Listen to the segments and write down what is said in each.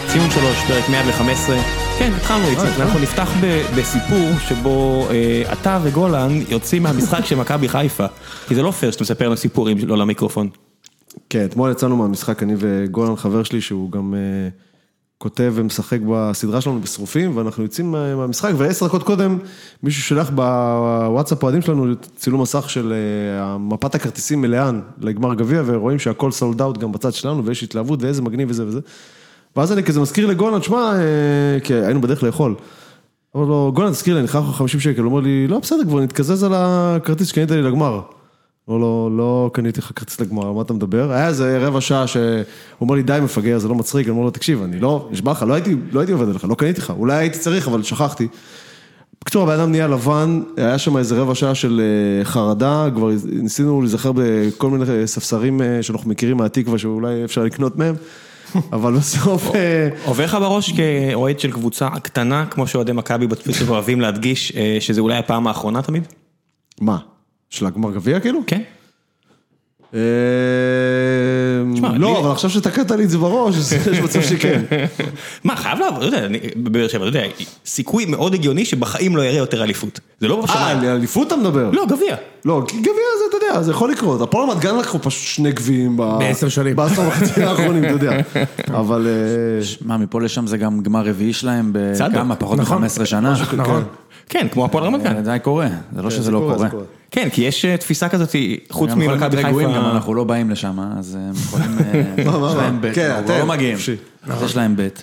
ציון 3, פרק 115. כן, התחלנו איציק, אנחנו נפתח בסיפור שבו אתה וגולן יוצאים מהמשחק של מכבי חיפה. כי זה לא פייר שאתה מספר לנו סיפורים לא למיקרופון. כן, אתמול יצאנו מהמשחק, אני וגולן חבר שלי, שהוא גם כותב ומשחק בסדרה שלנו בשרופים, ואנחנו יוצאים מהמשחק, ו10 דקות קודם מישהו שלח בוואטסאפ אוהדים שלנו צילום מסך של מפת הכרטיסים מלאן לגמר גביע, ורואים שהכל סולד אאוט גם בצד שלנו, ויש התלהבות ואיזה מגניב וזה וזה. ואז אני כזה מזכיר לגולן, שמה, כי היינו בדרך לאכול. אבל לא, גולן, תזכיר לי, אני חייב 50 שקל, הוא אומר לי, לא, בסדר, כבר נתקזז על הכרטיס שקנית לי לגמר. לא קניתי לך כרטיס לגמר, על מה אתה מדבר? היה איזה רבע שעה שהוא אומר לי, די מפגר, זה לא מצחיק, אני אומר לו, תקשיב, אני לא, נשבע לך, לא הייתי עובד עליך, לא קניתי לך, אולי הייתי צריך, אבל שכחתי. בקצור, הבן אדם נהיה לבן, היה שם איזה רבע שעה של חרדה, כבר ניסינו להיזכר בכל מיני ספסרים שאנחנו מכירים מהתקווה, שאולי אפשר לקנות מהם, אבל בסוף... עובר לך בראש כאוהד של קבוצה קטנה, כמו שאוהדי מכבי בטוויטר אוהבים להדגיש, שזה אולי הפעם האחרונה תמיד? מה? של הגמר גביע כאילו? כן. לא, אבל עכשיו שתקעת לי את זה בראש, יש מצב שכן. מה, חייב לעבור, אתה יודע, בבאר שבע, אתה יודע, סיכוי מאוד הגיוני שבחיים לא יראה יותר אליפות. זה לא בשמיים. אליפות אתה מדבר? לא, גביע. לא, גביע זה, אתה יודע, זה יכול לקרות. הפועל רמת גן לקחו פשוט 2 גביעים ב10 שנים. ב10 וחצי האחרונים, אתה יודע. אבל... מה, מפה לשם זה גם גמר רביעי שלהם בכמה, פחות מ-15 שנה. נכון. כן, כמו הפועל רמת גן. זה די קורה, זה לא שזה לא קורה. כן, כי יש תפיסה כזאת, חוץ ממכבי חיפה. גם אנחנו לא באים לשם, אז הם יכולים... יש להם בית, אנחנו לא מגיעים. יש להם בית.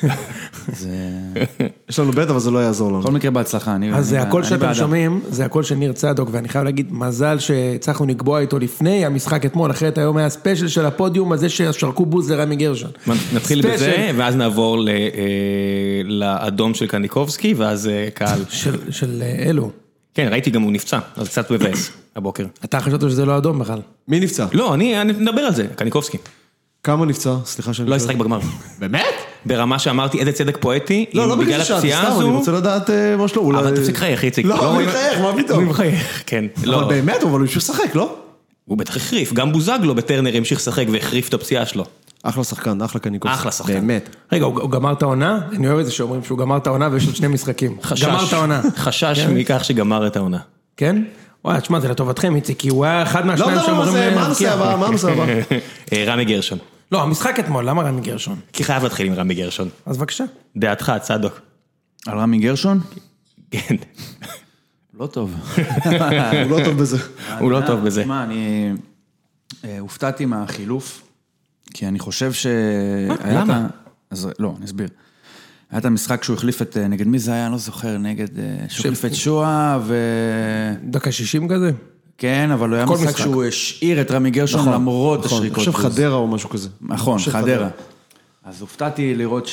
יש לנו בית, אבל זה לא יעזור לנו. בכל מקרה בהצלחה. אז זה הכל שאתם שומעים, זה הכל של ניר צדוק, ואני חייב להגיד, מזל שצריכנו לקבוע איתו לפני המשחק אתמול, אחרת היום היה ספיישל של הפודיום הזה ששרקו בוז לרמי גרשון. נתחיל בזה, ואז נעבור לאדום של קניקובסקי, ואז קהל. של אלו. כן, ראיתי גם הוא נפצע, אז קצת מבאס הבוקר. אתה חשבת שזה לא אדום בכלל. מי נפצע? לא, אני נדבר על זה, קניקובסקי. כמה נפצע? סליחה שאני... לא ישחק בגמר. באמת? ברמה שאמרתי, איזה צדק פואטי, לא בגלל הפציעה הזו... אני רוצה לדעת מה שלו. אבל תפסיק חייך, איציק. לא, הוא מחייך, מה פתאום? הוא מחייך, כן. אבל באמת, אבל הוא המשיך לשחק, לא? הוא בטח החריף, גם בוזגלו בטרנר המשיך לשחק והחריף את הפציעה שלו. אחלה שחקן, אחלה קניקובסקי. אחלה שחקן. באמת. רגע, הוא גמר את העונה? אני אוהב את זה שאומרים שהוא גמר את העונה ויש עוד 2 משחקים. גמר את העונה. חשש מכך שגמר את העונה. כן? וואי, תשמע, זה לטובתכם, איציק, כי הוא היה אחד מהשניים שאומרים... מה הנושא הבא? רמי גרשון. לא, המשחק אתמול, למה רמי גרשון? כי חייב להתחיל עם רמי גרשון. אז בבקשה. דעתך, צדוק. על רמי גרשון? כן. לא טוב. הוא לא טוב בזה. הוא לא טוב בזה. תשמע, אני הופתעתי מהחילוף, כי אני חושב ש... למה? אז לא, אני אסביר. היה את המשחק שהוא החליף את... נגד מי זה היה? אני לא זוכר, נגד... שהוא החליף את שואה ו... דקה 60 כזה? כן, אבל הוא היה משחק שהוא השאיר את רמי גרשון למרות השריקות. אני חושב חדרה או משהו כזה. נכון, חדרה. אז הופתעתי לראות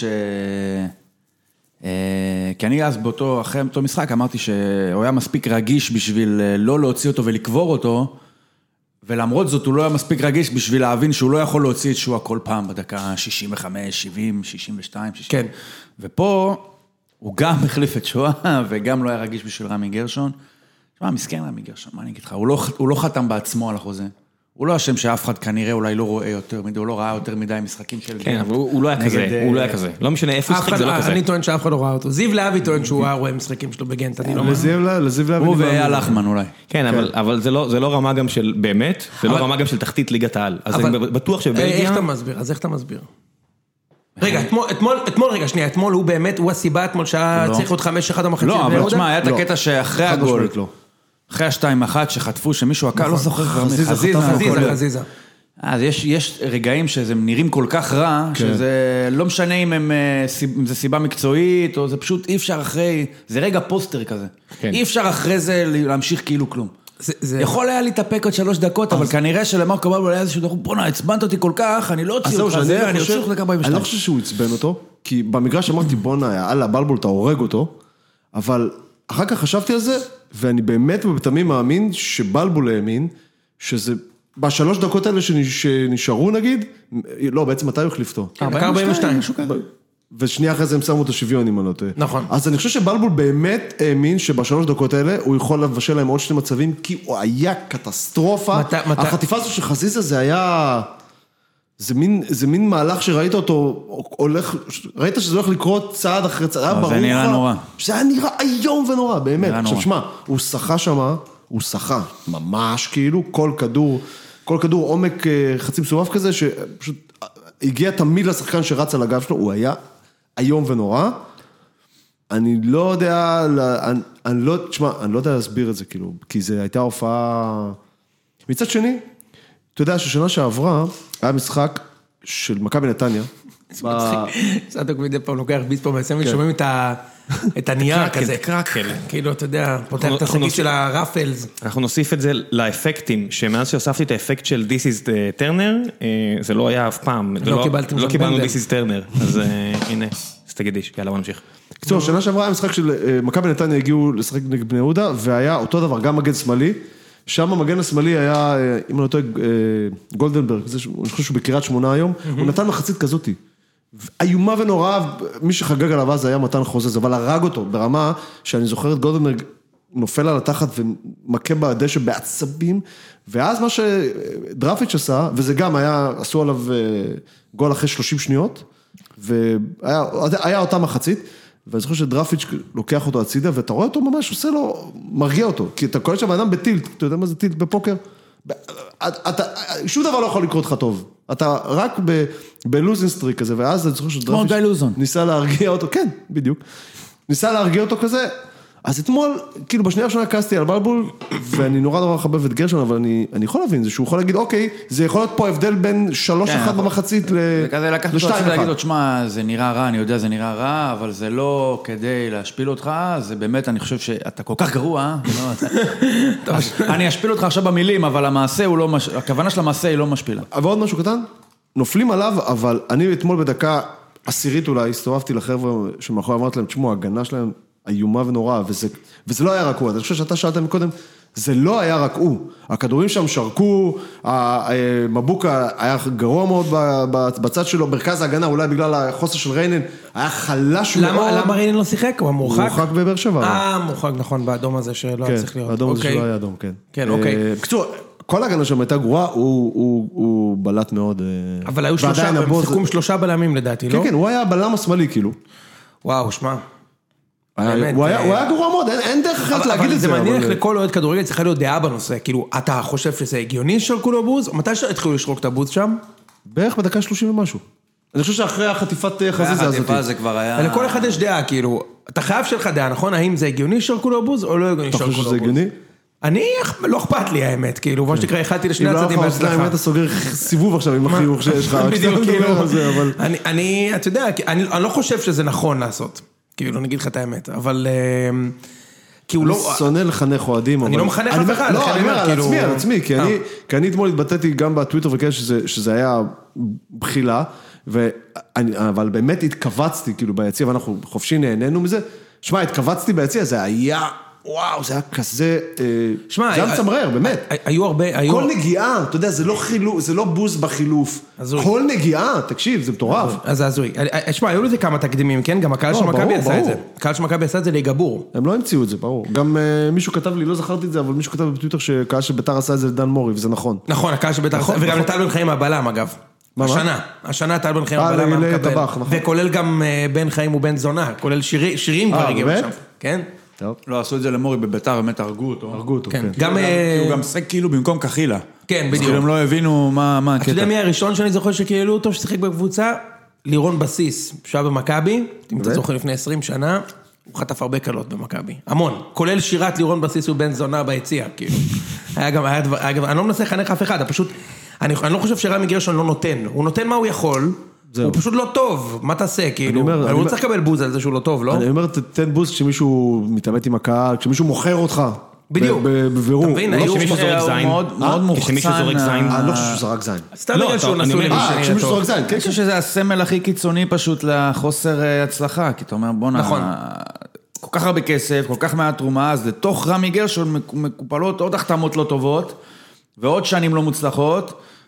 כי אני אז אחרי אותו משחק אמרתי שהוא היה מספיק רגיש בשביל לא להוציא אותו ולקבור אותו, ולמרות זאת הוא לא היה מספיק רגיש בשביל להבין שהוא לא יכול להוציא את שואה כל פעם בדקה 65, 70, 62, 60. כן. ופה הוא גם החליף את שואה וגם לא היה רגיש בשביל רמי גרשון. תשמע, מסכן רמי גרשון, מה אני אגיד לך? הוא לא חתם בעצמו על החוזה. הוא לא השם שאף אחד כנראה אולי לא רואה יותר מדי, הוא לא ראה יותר מדי משחקים של... כן, אבל הוא לא היה כזה, הוא לא היה כזה. לא משנה איפה משחק, זה לא כזה. אני טוען שאף אחד לא ראה אותו. זיו להבי טוען שהוא רואה משחקים שלו בגנט, אני לא רואה. לזיו להבי... הוא והיה לחמן אולי. כן, אבל זה לא רמה גם של, באמת, זה לא רמה גם של תחתית ליגת העל. אז אני בטוח שבלגיה... איך אתה מסביר? אז איך אתה מסביר? רגע, אתמול הוא באמת, הוא הסיבה אתמול שהיה צריך עוד 5-1 המחצית. לא, אבל תשמע, היה את הקטע שאחרי הגול, אחרי 2-1 שחטפו, שמישהו הקל לא זוכר כבר חזיזה. אז יש רגעים שזה נראים כל כך רע, שזה לא משנה אם זה סיבה מקצועית, או זה פשוט אי אפשר אחרי, זה רגע פוסטר כזה. אי אפשר אחרי זה להמשיך כאילו כלום. יכול היה להתאפק עוד 3 דקות, אבל כנראה שלמרקו בלבול היה איזשהו דקות, בונה, הצבנת אותי כל כך, אני לא אוציא אותך זה, אני אוציא אותך דקה 42. אני לא חושב שהוא עצבן אותו, כי במגרש אמרתי, בונה, יאללה, בלבול, אתה הורג אותו, אבל אחר כך חשבתי על זה, ואני באמת ובתמים מאמין שבלבול האמין, שזה ב3 דקות האלה שנשארו נגיד, לא, בעצם מתי הוא החליף אותו? 42. ושנייה אחרי זה הם שמו את השוויון אם אני לא טועה. נכון. אז אני חושב שבלבול באמת האמין שב3 דקות האלה הוא יכול לבשל להם עוד 2 מצבים, כי הוא היה קטסטרופה. החטיפה הזו של חזיזה זה היה... זה מין מהלך שראית אותו, ראית שזה הולך לקרות צעד אחרי צעד, זה נראה נורא. זה היה נראה איום ונורא, באמת. עכשיו, שמה, הוא שחה שמה, הוא שחה, ממש כאילו, כל כדור עומק חצי מסובב כזה, שפשוט הגיע תמיד לשחקן שרץ על הגב שלו, הוא היה איום ונורא. אני לא יודע, אני לא יודע להסביר את זה, כאילו, כי זה הייתה הופעה... מצד שני, אתה יודע ששנה שעברה, היה משחק של מכבי נתניה. סעדוק מדי פעם לוקח ביס פה מהסמל, שומעים את הנייר כזה. קרקל. כאילו, אתה יודע, פותח את השקית של הרפלס. אנחנו נוסיף את זה לאפקטים, שמאז שהוספתי את האפקט של This is Turner, זה לא היה אף פעם. לא קיבלנו This is Turner, אז הנה, אז תגידי, יאללה, בוא נמשיך. קצור, שנה שעברה היה משחק של מכבי נתניה הגיעו לשחק נגד בני יהודה, והיה אותו דבר, גם מגן שמאלי, שם המגן השמאלי היה, אם אני לא טועה, גולדנברג, אני חושב שהוא בקריית שמונה היום, הוא נתן מחצית כזאתי. איומה ונוראה, מי שחגג עליו אז היה מתן חוזז, אבל הרג אותו ברמה שאני זוכר את גולדנברג נופל על התחת ומכה בדשא בעצבים, ואז מה שדרפיץ' עשה, וזה גם היה, עשו עליו גול אחרי 30 שניות, והיה אותה מחצית, ואני זוכר שדרפיץ' לוקח אותו הצידה, ואתה רואה אותו ממש, עושה לו, מרגיע אותו, כי אתה קורא שם אדם בטילט, אתה יודע מה זה טילט בפוקר? שום דבר לא יכול לקרות לך טוב, אתה רק בלוזנסטריק כזה, ואז אני זוכר שדרפיץ' ניסה להרגיע אותו, כן, בדיוק, ניסה להרגיע אותו כזה, אז אתמול, כאילו בשנייה הראשונה קסתי על בלבול, ואני נורא מחבב את גרשון, אבל אני יכול להבין, זה שהוא יכול להגיד, אוקיי, זה יכול להיות פה הבדל בין 3-1 במחצית ל-2-1. וכזה לקחת אותו, להגיד לו, תשמע, זה נראה רע, אני יודע, זה נראה רע, אבל זה לא כדי להשפיל אותך, זה באמת, אני חושב שאתה כל כך גרוע, אני אשפיל אותך עכשיו במילים, אבל המעשה הוא לא, הכוונה של המעשה היא לא משפילה. ועוד משהו קטן, נופלים עליו, אבל אני אתמול בדקה עשירית אולי, הסתובבתי לחבר'ה שמאחורי אמרתי להם, תשמעו, ההגנה שלהם איומה ונורא, וזה לא היה רק הוא, אני חושב שאתה שאלת מקודם, זה לא היה רק הוא, הכדורים שם שרקו, מבוקה היה גרוע מאוד בצד שלו, מרכז ההגנה, אולי בגלל החוסר של ריינן, היה חלש מאוד. למה ריינן לא שיחק? הוא מורחק? מורחק בבאר שבע. מורחק, נכון, באדום הזה שלא היה צריך להיות. האדום הזה שלא היה אדום, כן. כן, אוקיי. בקצור, כל ההגנה שם הייתה גרועה, הוא בלט מאוד. אבל היו שלושה, הם שיחקו 3 בלמים לדעתי, לא? כן, הוא היה הבלם השמאלי, כאילו. וואו, שמע. הוא היה גרוע מאוד, אין דרך אחרת להגיד את זה. זה מעניין איך לכל אוהד כדורגל צריכה להיות דעה בנושא, כאילו, אתה חושב שזה הגיוני ששרקו לו בוז, או מתי התחילו לשרוק את הבוז שם? בערך בדקה 30 ומשהו. אני חושב שאחרי החטיפת חזיזה הזאת. החטיפה זה כבר היה... לכל אחד יש דעה, כאילו, אתה חייב שלך דעה, נכון? האם זה הגיוני ששרקו לו בוז, או לא הגיוני ששרקו לו בוז? אתה חושב שזה הגיוני? אני, לא אכפת לי האמת, כאילו, מה שתקרא, החלטתי לשני הצדים בהצלחה. אם אתה סוגר סיבוב עכשיו עם החיוך שיש לך, בדיוק, כאילו, אני, אתה יודע, אני לא חושב שזה נכון לעשות. כאילו, נגיד לך את האמת, אבל... כי הוא לא... אני שונא לחנך אוהדים, אני לא מחנך אף אחד. לא, אני אומר על עצמי, כי אני אתמול התבטאתי גם בטוויטר וכאלה שזה היה בחילה, אבל באמת התכווצתי, כאילו, ביציע, ואנחנו חופשי נהנינו מזה. שמע, התכווצתי ביציע, זה היה... וואו, זה היה כזה, זה היה מצמרר, באמת. היו הרבה, כל נגיעה, אתה יודע, זה לא בוז בחילוף. כל נגיעה, תקשיב, זה מטורף. אז הזוי. שמע, היו לזה כמה תקדימים, כן? גם הקהל של מכבי עשה את זה. הקהל של מכבי עשה את זה לגבור. הם לא המציאו את זה, ברור. גם מישהו כתב לי, לא זכרתי את זה, אבל מישהו כתב בטוויטר שקהל של בית"ר עשה את זה לדן מורי, וזה נכון. נכון, הקהל של בית"ר עשה, וגם לטל בן חיים הבלם, אגב. השנה טל בן חיים הבלם מקבל. וכולל גם בן חיים ובן זונה, כולל שירים כבר הגיעו שם. כן? לא, עשו את זה למורי בביתר, באמת הרגו אותו. כן. הוא גם שחק כאילו במקום כחילה. כן, בדיוק. הם לא הבינו מה הקטע. אתה יודע מי הראשון שאני זוכר שקיעלו אותו, ששיחק בקבוצה? לירון בסיס, שהיה במכבי, אם אתה זוכר לפני 20 שנה, הוא חטף הרבה קלות במכבי. המון. כולל שירת לירון בסיס ובן זונה ביציע, כאילו. היה גם, אני לא מנסה לחנך אף אחד, פשוט, אני לא חושב שרמי גרשון לא נותן. הוא נותן מה הוא יכול, הוא פשוט לא טוב, מה תעשה, כאילו, הוא צריך לקבל בוז על זה שהוא לא טוב, לא? אני אומר, תתן בוז כשמישהו מתאמת עם הקהל, כשמישהו מוכר אותך. בדיוק. בבירור. אתה מבין, היו מאוד מוחצן. כשמישהו זורק זין. אני לא חושב שהוא זרק זין. סתם בגלל שהוא נשוי למישהו. כשמישהו זורק זין, כן. אני חושב שזה הסמל הכי קיצוני פשוט לחוסר הצלחה, כי אתה אומר, בוא'נה, נכון. כל כך הרבה כסף, כל כך מעט תרומה, אז לתוך רמי גרשון מקופלות עוד החתמות לא טובות, ועוד שנים לא מוצלחות,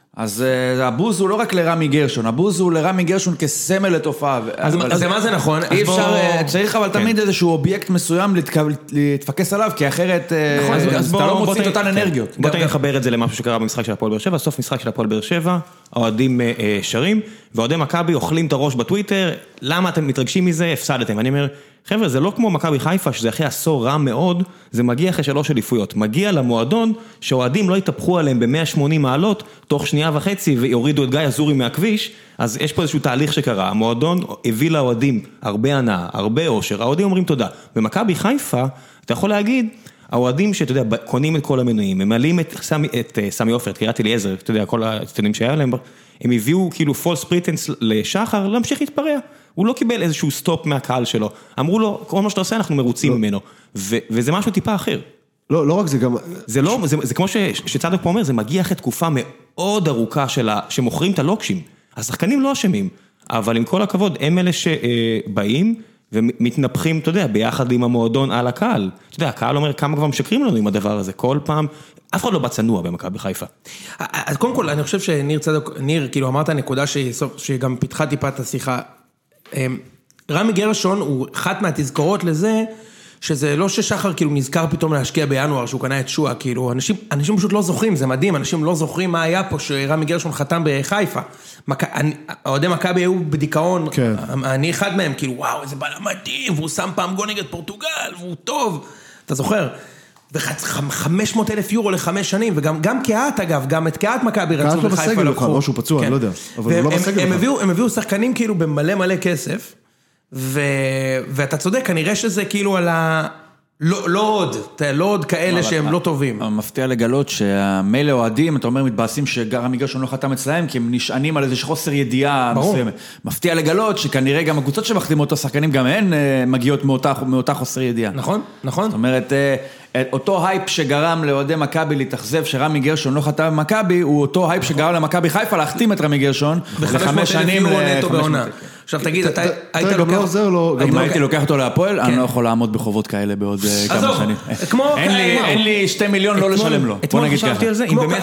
אז הבוז הוא לא רק לרמי גרשון, הבוז הוא לרמי גרשון כסמל לתופעה. אז מה זה נכון? אי אפשר, צריך אבל תמיד איזשהו אובייקט מסוים להתפקס עליו, כי אחרת אתה לא מוציא את אותן אנרגיות. בוא תגיד לחבר את זה למשהו שקרה במשחק של הפועל באר שבע, סוף משחק של הפועל באר שבע, האוהדים שרים, ואוהדי מכבי אוכלים את הראש בטוויטר, למה אתם מתרגשים מזה? הפסדתם. אני אומר, חבר'ה, זה לא כמו מכבי חיפה, שזה אחרי עשור רע מאוד, זה מגיע אחרי 3 אליפויות. מגיע למועדון שהאוהדים לא יתהפכו עליהם ב-180 מעלות, תוך 1.5 ויורידו את גיא אזורי מהכביש, אז יש פה איזשהו תהליך שקרה. המועדון הביא לאוהדים הרבה הנאה, הרבה אושר, האוהדים אומרים תודה. במכבי חיפה, אתה יכול להגיד, האוהדים שאתה יודע, קונים את כל המנויים, הם מעלים את סמי עופר, את קריית אליעזר, אתה יודע, כל העיתונים שהיה להם, הם הביאו כאילו false pretense לשחר, להמשיך להתפרע. הוא לא קיבל איזשהו סטופ מהקהל שלו. אמרו לו, כל מה שאתה עושה, אנחנו מרוצים ממנו. וזה משהו טיפה אחר. לא רק זה גם... זה כמו שצדוק פה אומר, זה מגיע אחרי תקופה מאוד ארוכה שמוכרים את הלוקשים. השחקנים לא אשמים, אבל עם כל הכבוד, הם אלה שבאים ומתנפחים, אתה יודע, ביחד עם המועדון על הקהל. אתה יודע, הקהל אומר כמה כבר משקרים לנו עם הדבר הזה, כל פעם, אף אחד לא בצנוע במכבי בחיפה. אז קודם כל, אני חושב שניר צדוק, ניר, כאילו אמרת נקודה שגם פיתחה טיפה את השיחה, רמי גרשון הוא אחת מהתזכורות לזה, שזה לא ששחר כאילו נזכר פתאום להשקיע בינואר, שהוא קנה את שואה, כאילו אנשים פשוט לא זוכרים, זה מדהים, אנשים לא זוכרים מה היה פה שרמי גרשון חתם בחיפה. אוהדי מכבי היו בדיכאון, אני אחד מהם, כאילו וואו, איזה בלם מדהים, והוא שם פעם גול נגד פורטוגל, והוא טוב, אתה זוכר? ו500,000 יורו ל5 שנים, וגם קהת אגב, גם את קהת מכבי רצו בחיפה לקחו. או שהוא פצוע, אני לא יודע, אבל הוא לא בסגל. הם הביאו שחקנים כאילו במלא כסף, ואתה צודק, כנראה שזה כאילו על ה... לא עוד כאלה שהם לא טובים. מפתיע לגלות שהמילא אוהדים, אתה אומר, מתבאסים שרמי גרשון לא חתם אצלהם, כי הם נשענים על איזה חוסר ידיעה מסוימת. מפתיע לגלות שכנראה גם הקבוצות שמחתימות את השחקנים, גם הן מגיעות מאותה חוסר ידיעה. נכון. זאת אומרת, אותו הייפ שגרם לאוהדי מכבי להתאכזב שרמי גרשון לא חתם במכבי, הוא אותו הייפ שגרם למכבי חיפה להחתים את רמי גרשון ל5 שנים עכשיו תגיד, אתה היית לוקח... אם הייתי לוקח אותו להפועל, אני לא יכול לעמוד בחובות כאלה בעוד כמה שנים. אין לי 2 מיליון לא לשלם לו. אתמול חשבתי על זה, אם באמת...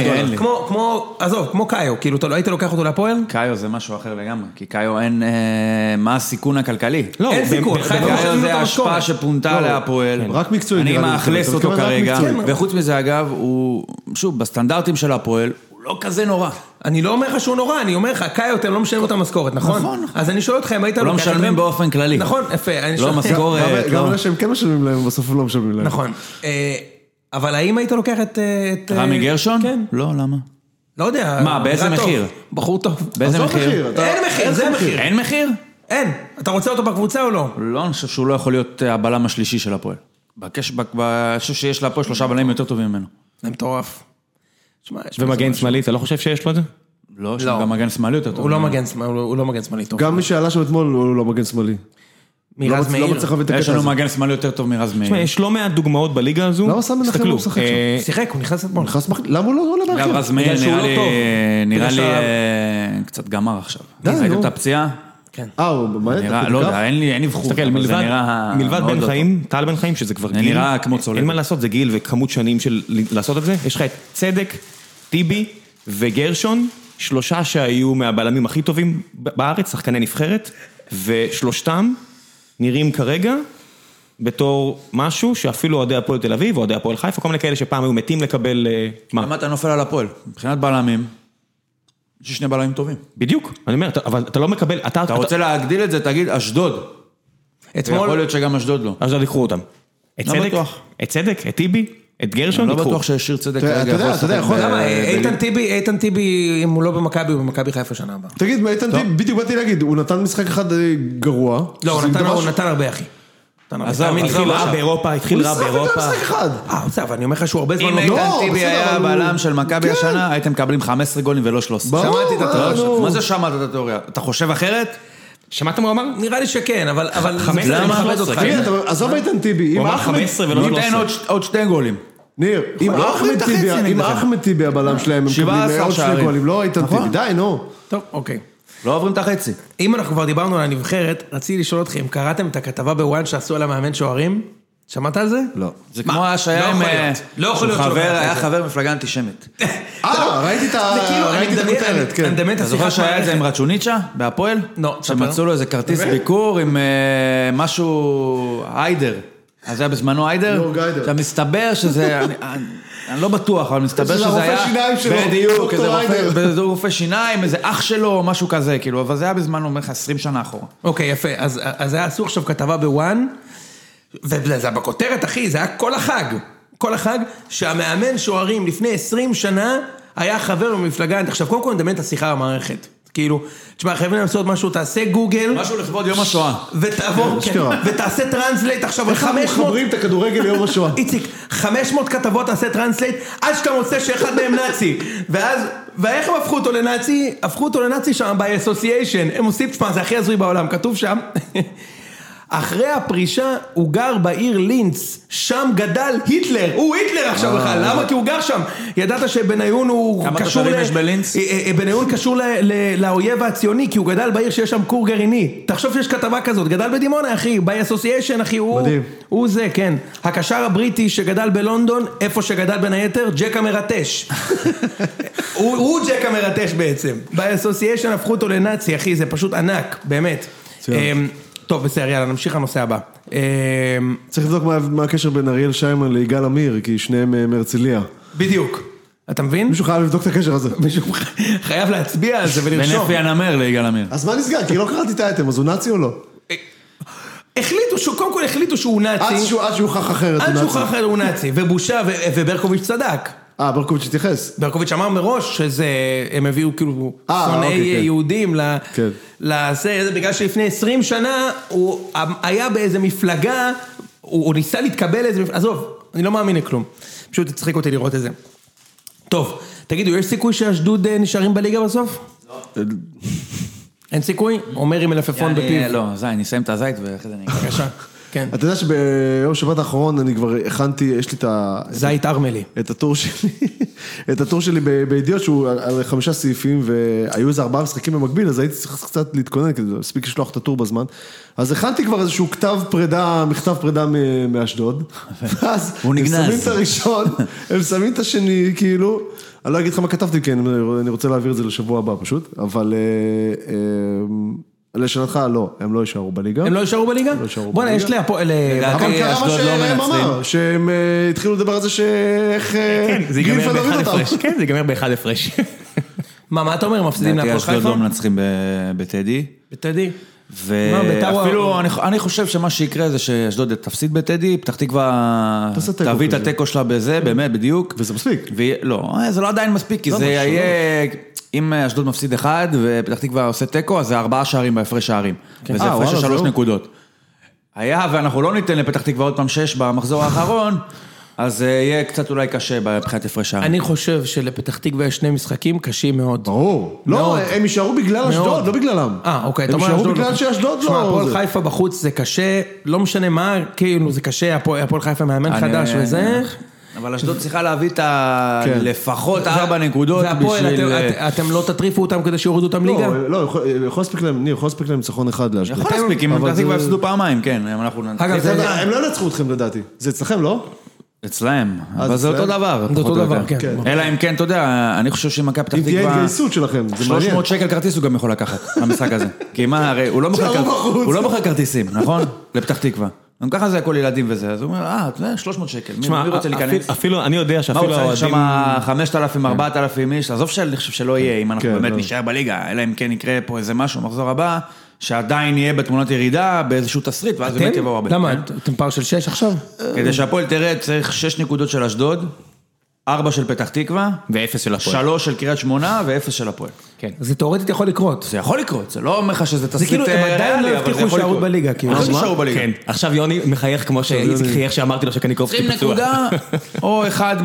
כמו קאיו, כאילו היית לוקח אותו להפועל? קאיו זה משהו אחר לגמרי, כי קאיו אין... מה הסיכון הכלכלי? לא, אין סיכון. קאיו זה ההשפעה שפונתה להפועל. רק מקצועי. אני מאכלס אותו כרגע, וחוץ מזה אגב, הוא, שוב, בסטנדרטים של הפועל, הוא לא כזה נורא. אני לא אומר לך שהוא נורא, אני אומר לך, קאיו, אתם לא משלמים אותה משכורת, נכון? נכון. אז אני שואל אתכם, היית לא משלמים באופן כללי. נכון, יפה. לא משכורת. גם אלה שהם כן משלמים להם, בסוף הם לא משלמים להם. נכון. אבל האם היית לוקח את... רמי גרשון? כן. לא, למה? לא יודע. מה, באיזה מחיר? בחור טוב. באיזה מחיר? אין מחיר, זה מחיר. אין מחיר? אין. אתה רוצה אותו בקבוצה או לא? לא, אני חושב שהוא לא יכול להיות הבלם השלישי של הפועל. אני חושב שיש להפועל 3 בלמים יותר טובים ממנו. זה מטורף. ומגן שמאלי, אתה לא חושב שיש לו את זה? לא, גם מגן שמאלי יותר טוב. הוא לא מגן שמאלי טוב. גם מי שעלה שם אתמול הוא לא מגן שמאלי. מירז מאיר. יש לנו מגן שמאלי יותר טוב מירז מאיר. יש לא מעט דוגמאות בליגה הזו. למה שם מנחם לא משחק שם? שיחק, הוא נכנס אתמול. למה הוא לא עולה בהרכב? מירז מאיר נראה לי קצת גמר עכשיו. ראיתם את הפציעה? כן. לא יודע, אין לי בחור. תסתכל, מלבד בן חיים, טל בן חיים, שזה כבר גיל. נראה כמו צולב. אין מה לעשות, זה גיל וכמות שנים של לעשות את זה. יש לך את צדק, טיבי וגרשון, 3 שהיו מהבלמים הכי טובים בארץ, שחקני נבחרת, ושלושתם נראים כרגע בתור משהו שאפילו אוהדי הפועל תל אביב, אוהדי הפועל חיפה, כל מיני כאלה שפעם היו מתים לקבל... למה אתה נופל על הפועל? מבחינת בלמים, יש 2 בלמים טובים. בדיוק, אני אומר, אבל אתה לא מקבל... אתה רוצה להגדיל את זה, תגיד אשדוד. יכול להיות שגם אשדוד לא. אשדוד יקחו אותם. את צדק, את טיבי, את גרשון יקחו. לא בטוח שהשאיר צדק כרגע. אתה יודע, איתן טיבי, אם הוא לא במכבי, הוא במכבי חיפה שנה הבאה. תגיד, איתן טיבי, בדיוק באתי להגיד, הוא נתן משחק אחד גרוע. לא, הוא נתן הרבה, אחי. התחיל רע באירופה, התחיל רע באירופה. בסדר, אבל אני אומר לך שהוא הרבה זמן... אם איתן טיבי היה הבלם של מכבי השנה, הייתם מקבלים 15 גולים ולא 13. שמעתי את התיאוריה. מה זה שמעת את התיאוריה? אתה חושב אחרת? שמעת מה הוא אמר? נראה לי שכן, אבל... 15 ולא 13. עזוב איתן טיבי, הוא אמר 15 ולא 13. ניתן עוד 2 גולים. ניר, אם אחמד טיבי הבלם שלהם, הם מקבלים עוד 2 גולים, לא איתן טיבי, די, נו. טוב, אוקיי. לא עוברים את החצי. אם אנחנו כבר דיברנו על הנבחרת, רציתי לשאול אתכם, קראתם את הכתבה בוואן שעשו על המאמן שוערים? שמעת על זה? לא. זה כמו שהיה עם... לא יכול להיות שלא קראת את זה. היה חבר מפלגה אנטישמית. ראיתי את הכותרת, כן. אני דמיין את אתה זוכר השיחת שהיה את זה עם מערכת. רצ'וניצ'ה, בהפועל? לא, שמצאו לו איזה כרטיס ביקור עם משהו, היידר. אז זה היה בזמנו היידר? יורג היידר. עכשיו מסתבר שזה, אני לא בטוח, אבל מסתבר שזה היה... הרופא שיניים שלו, בדיוק, דוקטור היידר. איזה רופא שיניים, איזה אח שלו, או משהו כזה, כאילו, אבל זה היה בזמנו, אומר לך, 20 שנה אחורה. אוקיי, יפה. אז היה עשו עכשיו כתבה בוואן, וזה בכותרת, אחי, זה היה כל החג, שהמאמן שוערים לפני 20 שנה, היה חבר במפלגה, עכשיו קודם כל נדמיין את השיחה במערכת. כאילו, תשמע, חייבים לעשות משהו, תעשה גוגל. משהו לכבוד יום השואה. ותעבור, ותעשה טרנסלייט עכשיו, איך אנחנו מחברים את הכדורגל ליום השואה? איציק, 500 כתבות תעשה טרנסלייט, עד שאתה מוצא שאחד מהם נאצי. ואיך הם הפכו אותו לנאצי? הפכו אותו לנאצי שם ב-association. הם עושים, תשמע, זה הכי עזוי בעולם, כתוב שם. אחרי הפרישה הוא גר בעיר לינץ, שם גדל היטלר, הוא היטלר עכשיו בכלל, למה? כי הוא גר שם, ידעת שבניון הוא כמה קשור תושבים יש בלינץ? בניון קשור לאויב הציוני, כי הוא גדל בעיר שיש שם כור גרעיני, תחשוב שיש כתבה כזאת, גדל בדימונה אחי, ב-association אחי, הוא זה, כן, הקשר הבריטי שגדל בלונדון, איפה שגדל בין היתר, ג'ק המרטש, הוא ג'ק המרטש בעצם, ב-association הפכו אותו לנאצי אחי, זה פשוט ענק, באמת. טוב, בסדר, יאללה, נמשיך לנושא הבא. צריך לבדוק מה הקשר בין אריאל שיימן ליגאל אמיר, כי שניהם מהרצליה. בדיוק. אתה מבין? מישהו חייב לבדוק את הקשר הזה. מישהו חייב להצביע על זה ולרשום. בנפי הנמר ליגאל אמיר. אז מה נסגר? כי לא קראתי את האייטם, אז הוא נאצי או לא? קודם כל החליטו שהוא נאצי. עד שהוא הוכח אחרת הוא עד נאצי. שהוא הוכח אחרת הוא נאצי, ובושה, וברקוביץ' צדק. ברקוביץ' התייחס. ברקוביץ' אמר מראש שזה, הם הביאו כאילו שונאי יהודים לזה, בגלל שלפני 20 שנה הוא היה באיזה מפלגה, הוא ניסה להתקבל איזה מפלגה, עזוב, אני לא מאמין לכלום, פשוט תצחיק אותי לראות את זה. טוב, תגידו, יש סיכוי שאשדוד נשארים בליגה בסוף? לא. אין סיכוי? אומר עם מלפפון בפיו. לא, אני אסיים את הזית ואחרי זה אני... בבקשה, כן. אתה יודע שביום שבת האחרון אני כבר הכנתי, יש לי זית ארמלי. את הטור שלי בידיעות שהוא על 5 סעיפים והיו איזה 4 משחקים במקביל, אז הייתי צריך קצת להתכונן כדי להספיק לשלוח את הטור בזמן. אז הכנתי כבר איזשהו מכתב פרידה מאשדוד. ואז הם שמים את הראשון, הם שמים את השני, כאילו, אני לא אגיד לך מה כתבתי, כי אני רוצה להעביר את זה לשבוע הבא פשוט, אבל... לשאלתך, לא, הם לא יישארו בליגה. הם לא יישארו בליגה? בוא'נה, יש לי... אבל קרה מה שהם אמר, שהם התחילו לדבר על זה שאיך... כן, זה ייגמר באחד הפרש. כן, זה ייגמר באחד הפרש. מה אתה אומר? מפסידים להפועל חיפה? אשדוד לא מנצחים בטדי. בטדי? ואפילו אני חושב שמה שיקרה זה שאשדוד תפסיד בטדי, פתח תקווה תביא את הטקו שלה בזה, באמת, בדיוק. וזה מספיק. לא, זה לא עדיין מספיק, כי זה יהיה... אם אשדוד מפסיד 1 ופתח תקווה עושה טקו, אז זה 4 שערים בהפרש שערים. וזה הפרש של 3 נקודות. היה ואנחנו לא ניתן לפתח תקווה עוד פעם 6 במחזור האחרון, אז יהיה קצת אולי קשה בבחינת הפרש שערים. אני חושב שלפתח תקווה יש 2 משחקים קשים מאוד. ברור. לא, הם יישארו בגלל אשדוד, לא בגללם. אוקיי. הם יישארו בגלל שאשדוד לא... הפועל חיפה בחוץ זה קשה, לא משנה מה, כאילו זה קשה, הפועל חיפה מאמן חדש וזה... אבל אשדוד צריכה להביא את לפחות 4 נקודות בשביל... אתם לא תטריפו אותם כדי שיורידו אותם ליגה? לא, יכול להספיק להם ניצחון אחד לאשדוד. יכול להספיק, אם פתח תקווה יפסידו פעמיים, כן. הם לא ינצחו אתכם לדעתי. זה אצלכם, לא? אצלהם, אבל זה אותו דבר. זה אותו דבר, כן. אלא אם כן, אתה יודע, אני חושב שאם מכבי פתח תקווה... אם תהיה התגייסות שלכם, זה מעניין. 300 שקל כרטיס הוא גם יכול לקחת, המשחק הזה. כי מה, הרי הוא לא מוכר כרטיסים, נכון? לפתח תקווה. גם ככה זה הכל ילדים וזה, אז הוא אומר, אתה יודע, 300 שקל, מי רוצה להיכנס? אפילו, אני יודע שאפילו האוהדים... מה הוא צריך שם 5,000, 4,000 איש, עזוב שאני חושב שלא יהיה, אם אנחנו באמת נשאר בליגה, אלא אם כן יקרה פה איזה משהו, מחזור הבא, שעדיין יהיה בתמונת ירידה, באיזשהו תסריט, ואז באמת יבואו הרבה. למה? אתם פער של 6 עכשיו? כדי שהפועל תרד, צריך 6 נקודות של אשדוד, 4 של פתח תקווה, ו0 של הפועל. 3 של קריית שמונה, ו0 של הפועל. כן. זה תיאורטית יכול לקרות. זה יכול לקרות, זה לא אומר לך שזה תסריט ריאלי, זה כאילו, הם עדיין לא הבטיחו שערות בליגה, כאילו. מה ששערו בליגה? כן, עכשיו יוני מחייך כמו שאיציק חייך שאמרתי לו שקניקובסקי פצוע. 20 נקודה, או אחד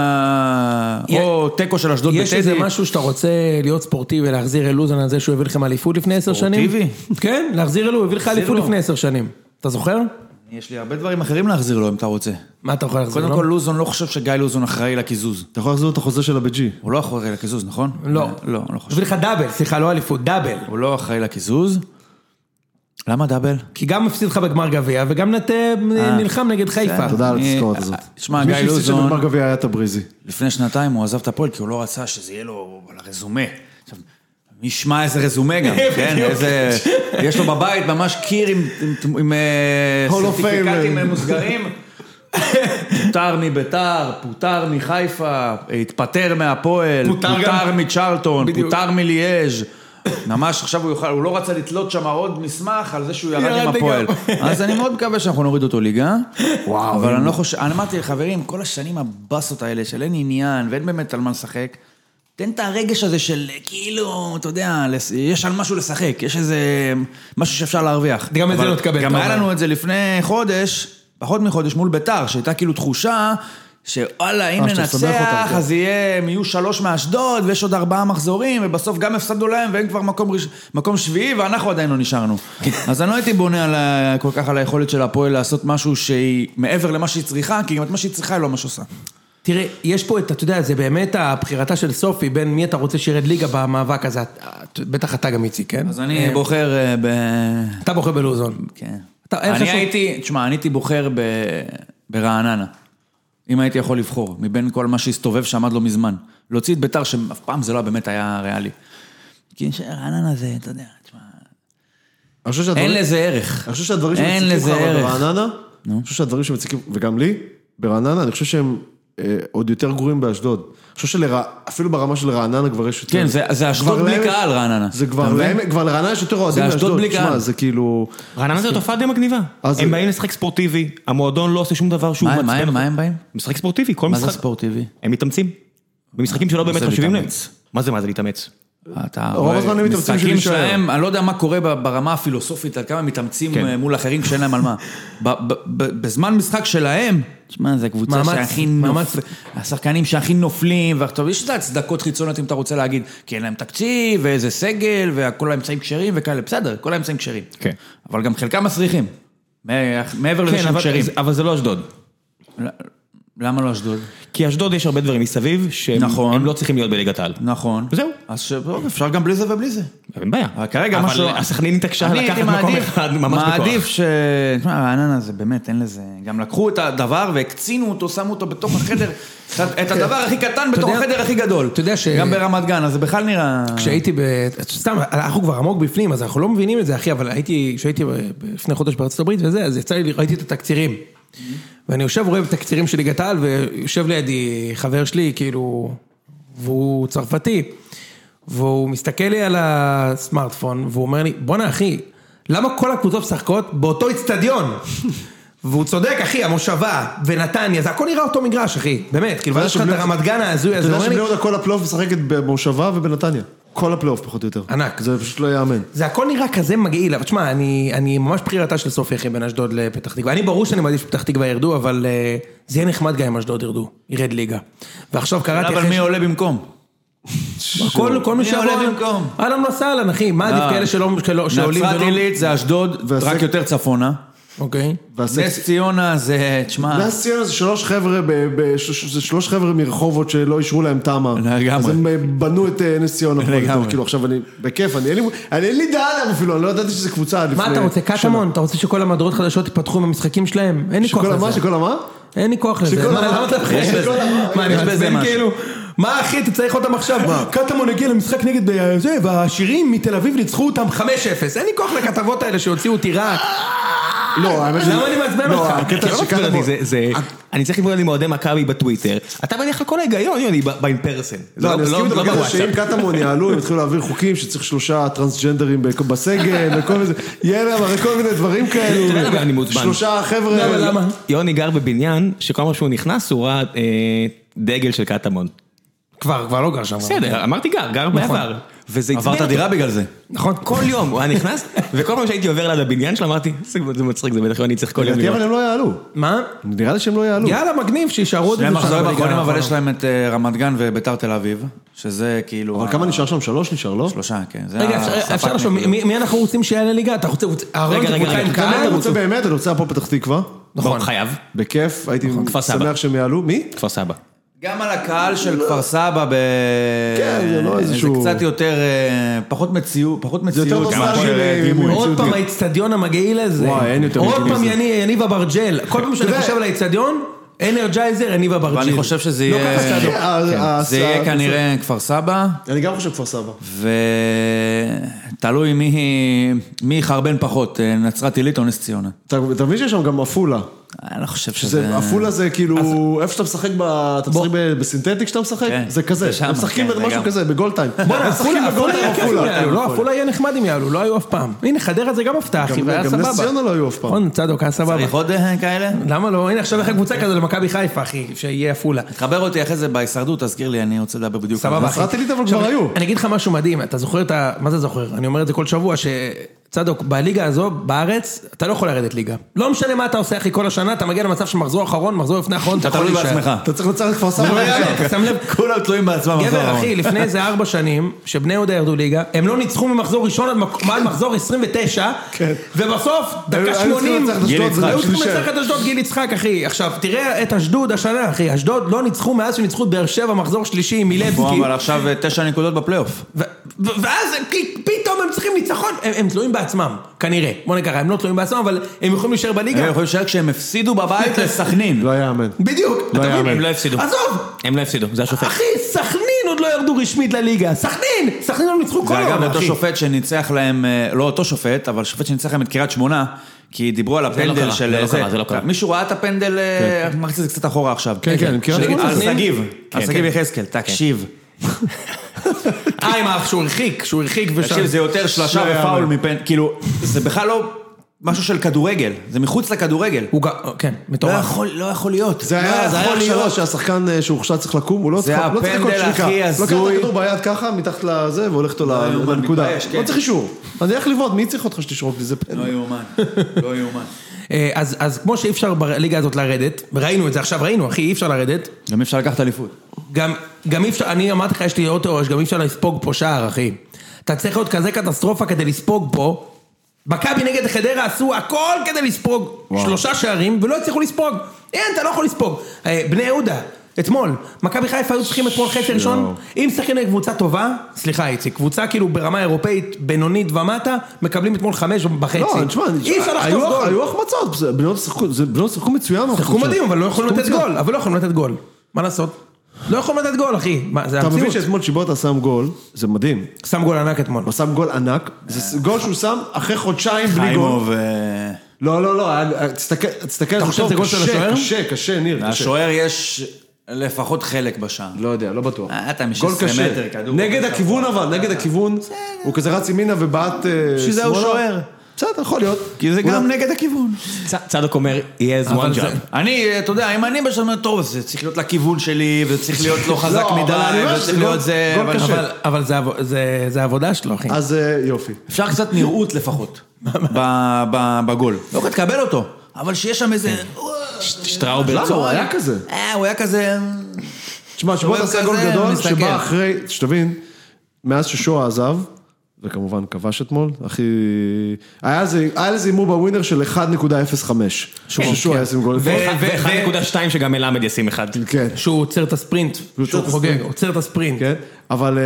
או טקו של אשדוד בטדי. יש איזה משהו שאתה רוצה להיות ספורטיבי ולהחזיר אלוזון על זה שהוא הביא לכם אליפות לפני 10 שנים? ספורטיבי? כן, להחזיר אלו, הוא הביא לך אליפות לפני 10 שנים. אתה זוכר? יש לי הרבה דברים אחרים להחזיר לו אם אתה רוצה. מה אתה יכול להחזיר לו? קודם כל לוזון, לא חושב שגיא לוזון אחראי לקיזוז. אתה יכול להחזיר את החוזה של הבג'י. הוא לא אחראי לקיזוז, נכון? לא. לא חושב. הביא לך דאבל, סליחה, לא אליפות, דאבל. הוא לא אחראי לקיזוז. למה דאבל? כי גם מפסיד לך בגמר גביע, וגם נלחם נגד חיפה. תודה על התזכורת הזאת. תשמע, גיא לוזון... מי שהפסיד שבגמר גביע היה טבריזי. לפני שנתיים הוא עזב את הפועל, כי הוא לא רצה שזה יהיה לו על הרזומה. עכשיו, מי ישמע איזה רזומה גם, כן? איזה... יש לו בבית ממש קיר עם סרטיפיקטים מוסגרים. פוטר מביתר, פוטר מחיפה, התפטר מהפועל, פוטר מצ'רלטון, פוטר מליאז'. ממש עכשיו הוא לא רצה לתלות שם עוד מסמך על זה שהוא ירד עם הפועל. אז אני מאוד מקווה שאנחנו נוריד אותו ליגה. אבל אני לא חושב, אני אמרתי לחברים, כל השנים הבאסות האלה של אין עניין ואין באמת על מה לשחק, תן את הרגש הזה של כאילו, אתה יודע, יש על משהו לשחק, יש איזה משהו שאפשר להרוויח. גם את זה לא תקבל. גם היה לנו את זה לפני חודש, פחות מחודש מול ביתר, שהייתה כאילו תחושה שוואלה, אם ננצח, אז יהיו 3 מאשדוד, ויש עוד 4 מחזורים, ובסוף גם הפסדנו להם, והם כבר מקום שביעי, ואנחנו עדיין לא נשארנו. אז אני לא הייתי בונה כל כך על היכולת של הפועל לעשות משהו שהיא מעבר למה שהיא צריכה, כי גם את מה שהיא צריכה היא לא מה שעושה. תראה, יש פה אתה יודע, זה באמת הבחירתה של סופי, בין מי אתה רוצה שירד ליגה במאבק הזה, בטח אתה גם איציק, כן? אז אני בוחר אתה בוחר בלוזון. כן. אני הייתי בוחר ברעננה. אם הייתי יכול לבחור, מבין כל מה שהסתובב שעמד לו מזמן. להוציא את ביתר, שאף פעם זה לא באמת היה ריאלי. כי רעננה זה, אתה יודע, אין לזה ערך. אני חושב שהדברים שמציקים לך ברעננה, אני חושב שהדברים שמציקים, וגם לי, ברעננה, אני חושב שהם עוד יותר גרועים באשדוד. אני חושב שאפילו ברמה של רעננה כבר יש יותר... כן, זה אשדוד בלי קהל, רעננה. זה כבר לרעננה יש יותר אוהדים באשדוד. זה כאילו... רעננה זה תופעה די מגניבה. הם באים לשחק ספורטיבי, המועדון לא עושה שום דבר שהוא מצפן. מה הם באים? משחק ספורטיבי, כל משחק. מה זה ספורטיבי? הם מתאמצים. במשחקים שלא באמת חשובים להם. מה זה להתאמץ? רוב הזמן הם מתאמצים של להישאר. אני לא יודע מה קורה ברמה הפילוסופית, על כמה מתאמצים מול אחרים שאין להם על מה. בזמן משחק שלהם, תשמע, זו קבוצה שהכי השחקנים שהכי נופלים, ועכשיו יש את הצדקות חיצוניות אם אתה רוצה להגיד, כי אין להם תקציב, ואיזה סגל, וכל האמצעים קשרים וכאלה, בסדר, כל האמצעים קשרים. אבל גם חלקם מסריחים, מעבר לזה שהם קשרים. אבל זה לא אשדוד. למה לא אשדוד? כי אשדוד יש הרבה דברים מסביב שהם לא צריכים להיות בליגת העל. נכון. וזהו. אז אפשר גם בלי זה ובלי זה. אין בעיה. אבל כרגע משהו... אבל הסכנין התעקשה לקחת מקום אחד ממש בכוח. מעדיף ש... רעננה זה באמת, אין לזה... גם לקחו את הדבר והקצינו אותו, שמו אותו בתוך החדר, את הדבר הכי קטן בתוך החדר הכי גדול. אתה יודע ש... גם ברמת גן, אז זה בכלל נראה... כשהייתי סתם, אנחנו כבר עמוק בפנים, אז אנחנו לא מבינים את זה, אחי, אבל כשהייתי לפני חודש בארצות הברית וזה, אז יצא לי, ראיתי את התקצירים. ואני יושב רואה בתקצירים של ליגת העל, ויושב לידי חבר שלי, כאילו, והוא צרפתי, והוא מסתכל לי על הסמארטפון, והוא אומר לי, בוא'נה אחי, למה כל הקבוצות משחקות באותו אצטדיון? והוא צודק אחי, המושבה ונתניה, זה הכל נראה אותו מגרש אחי, באמת, כאילו, יש לך את הרמת גן הזוי, אתה יודע שבני יהודה כל הפלייאוף משחקת במושבה ובנתניה. כל הפלייאוף פחות או יותר. ענק. זה פשוט לא יאמן. זה הכל נראה כזה מגעיל, אבל תשמע, אני ממש בחירתה של סופי אחי בין אשדוד לפתח תקווה. אני ברור שאני מעדיף שפתח תקווה ירדו, אבל זה יהיה נחמד גם אם אשדוד ירדו, ירד ליגה. ועכשיו קראתי... אבל מי עולה במקום? כל מי שעולה במקום. אהלן וסהלן אחי, מה עדיף כאלה שעולים נצרת עילית זה אשדוד, רק יותר צפונה. אוקיי. נס ציונה זה, תשמע... נס ציונה זה 3 חבר'ה מרחובות שלא אישרו להם תמה. לגמרי. אז הם בנו את נס ציונה. לגמרי. כאילו עכשיו אני, בכיף, אין לי דעה להם אפילו, אני לא ידעתי שזה קבוצה לפני... מה אתה רוצה, קטמון? אתה רוצה שכל המדרות חדשות יפתחו במשחקים שלהם? אין לי כוח לזה. שכל המה? אין לי כוח לזה. למה אתה חושב בזה? מה, אני מעצבן כאילו... מה אחי, תצריך אותם עכשיו? קטמון הגיע למשחק נגד זה, והשירים מתל אביב ניצחו אותם 5-0. אין לי כוח לכתבות האלה שהוציאו אותי רע. לא, האמת למה אני מעצבן אותך? כי לא מצבן אותי, אני צריך להתמודד עם אוהדי מכבי בטוויטר, אתה מניח לכל ההיגיון, יוני, באינפרסן. לא, אני אסכים לדבר שאם קטמון יעלו, הם התחילו להעביר חוקים שצריך 3 טרנסג'נדרים בסגל, וכל מיני, יהיה להם הרי כל מיני דברים כאלו, 3 חבר'ה. יוני גר בבניין, שכל מה שהוא נכנס, הוא ראה דגל של קטמון. כבר לא גר שם. בסדר, אמרתי גר בעבר. עברת דירה בגלל זה. נכון, כל יום הוא היה נכנס, וכל פעם שהייתי עובר ליד הבניין שלו, אמרתי, זה מצחיק, זה בטח אני צריך כל יום לראות. אבל הם לא יעלו. מה? נראה לי שהם לא יעלו. יאללה, מגניב, שישארו עוד איזה מחזורים האחרונים, אבל יש להם את רמת גן וביתר תל אביב, שזה כאילו... אבל כמה נשאר שם? 3 נשאר, לא? 3, כן. רגע, אפשר לשאול, מי אנחנו רוצים שיעלה ליגה? אתה רוצה... אני רוצה באמת, אני רוצה פה פתח תקווה. נכון, חייב. בכיף, הייתי שמח שהם יעלו. מי? כפר סבא. גם על הקהל של כפר סבא, כן, זה לא איזשהו... זה קצת יותר, פחות מציאות. זה יותר נוסטלגי. עוד פעם האצטדיון המגעיל הזה. וואי, אין יותר עוד מגעיל פעם מזה. יניב אברג'ל. כל פעם שאני חושב על האצטדיון, אנרג'ייזר, יניב אברג'ל. ואני חושב שזה יהיה... זה יהיה כנראה כפר סבא. אני גם חושב כפר סבא. ותלוי מי יחרבן פחות, נצרת עילית או נס ציונה. אתה מבין שיש שם גם אפולה. אני לא חושב שזה... אפולה זה כאילו, איפה שאתה משחק, אתה משחק בסינתטיק שאתה משחק, זה כזה, הם משחקים משהו כזה, בגולדטיים. בוא'נה, אפולה יהיה נחמד אם יעלו, לא היו אף פעם. הנה, חדרה זה גם הפתעה, אחי, והיה סבבה. גם נס ציונה לא היו אף פעם. נכון, צדוק, היה סבבה. צריך עוד כאלה? למה לא? הנה, עכשיו לכם קבוצה כזו למכבי חיפה, אחי, שיהיה אפולה. תחבר אותי אחרי זה בהישרדות, תזכיר לי, אני רוצה לדבר בדיוק. סבבה, אחי. נצרת עילית אבל כבר היו. אני אגיד לך משהו מדהים, אתה זוכר מה זה זוכר? אני אומר את זה כל שבוע, שצדוק, בליגה הזו, בארץ, אתה לא יכול לרדת ליגה. לא משנה מה אתה עושה, אחי, כל השנה, אתה מגיע למצב שמחזור אחרון, מחזור לפני האחרון, אתה תלוי בעצמך. אתה צריך לצאת כפר סבא. אתה שם לב? כולם תלויים בעצמם. גבר, אחי, לפני איזה 4 שנים, שבני יהודה ירדו ליגה, הם לא ניצחו ממחזור ראשון עד מחזור 29, ובסוף, דקה 80, היו צריכים לנצח את אשדוד, גיל יצחק, אחי. עכשיו, תראה את אשדוד השנה, אחי. אשדוד לא ניצחו מאז שניצחו את באר שבע, מחזור שלישי, מילבסקי. אבל עכשיו 9 נקודות בפלייאוף. ואז פתאום הם צריכים ניצחון, הם תלויים בעצמם, כנראה. בוא נקרא, הם לא תלויים בעצמם, אבל הם יכולים להישאר בליגה. הם יכולים להישאר כשהם הפסידו בבית לסכנין. לא יאמן. בדיוק. הם לא הפסידו. עזוב. הם לא הפסידו, זה השופט. אחי, סכנין עוד לא ירדו רשמית לליגה. סכנין לא ניצחו כל זה אגב העונה, אותו אחי. שופט שניצח להם, לא אותו שופט, אבל שופט שניצח להם את קריית שמונה, כי דיברו על הפנדל של... זה לא קרה. מישהו ראה את הפנדל, מחצית זה קצת אחורה עכשיו. כן, כן, קריית שמונה. על סגיב, על סגיב יחזקאל, תקשיב. עם האח שהוא הרחיק ושם. תקשיב, זה יותר שלשה ופאול מפנדל, כאילו, זה בכלל לא משהו של כדורגל, זה מחוץ לכדורגל. כן, מטורף. לא יכול להיות. זה היה עכשיו שהשחקן שהורשע צריך לקום, הוא לא צריך לקום שריקה. לוקח את הכדור ביד ככה, מתחת לזה, והולך אותו לנקודה. לא צריך אישור. אני הולך לבעוד, מי צריך אותך שתשרוק לי? זה פנדל. לא יאומן. אז כמו שאי אפשר בליגה הזאת לרדת, וראינו את זה עכשיו, אחי, אי אפשר לרדת. גם אי אפשר לקחת אליפות. גם אי אפשר, אני אמרתי לך, יש לי עוד תיאוריה, גם אי אפשר לספוג פה שער, אחי. אתה צריך להיות כזה קטסטרופה כדי לספוג פה. מכבי נגד חדרה עשו הכל כדי לספוג 3 שערים, ולא הצליחו לספוג. אין, אתה לא יכול לספוג. בני יהודה, אתמול, מכבי חיפה היו צריכים אתמול חצי ראשון, אם שחקנים קבוצה טובה, סליחה איציק, קבוצה כאילו ברמה אירופאית, בינונית ומטה, מקבלים אתמול 5.5. לא, תשמע, היו החמצות, בנות שחקו מצוין. שחקו מדהים, אבל לא יכולים לתת גול. מה לעשות? לא יכולים לתת גול, אחי. אתה מבין שאתמול שיבוטה שם גול, זה מדהים. שם גול ענק אתמול. הוא שם גול ענק, זה גול שהוא שם אחרי חודשיים בלי גול. לא, תסתכל, אתה חושב שזה גול של השוער? קשה, ניר. השוער יש לפחות חלק בשער. לא יודע, לא בטוח. אתה משל מטר כדור. נגד הכיוון אבל, נגד הכיוון, הוא כזה רץ ימינה ובעט שזה הוא שוער. בסדר, יכול להיות. כי זה גם נגד הכיוון. צדוק אומר, יהיה one job. אני, אתה יודע, אם אני בשלמר טוב, זה צריך להיות לכיוון שלי, וזה צריך להיות לא חזק מדי, וצריך להיות זה... אבל זה העבודה שלו, אחי. אז יופי. אפשר קצת נראות לפחות, בגול. לא תקבל אותו, אבל שיש שם איזה... שטראובר. למה? הוא היה כזה. הוא היה כזה... תשמע, שבוא תעשה גול גדול, שבא אחרי, שתבין, מאז ששואה עזב, וכמובן כבש אתמול, הכי... היה לזה אימור בווינר של 1.05. ששואה היה שים גול. ו-1.2 שגם מלמד ישים אחד. כן. שהוא עוצר את הספרינט. שהוא חוגג, עוצר את הספרינט. כן, אבל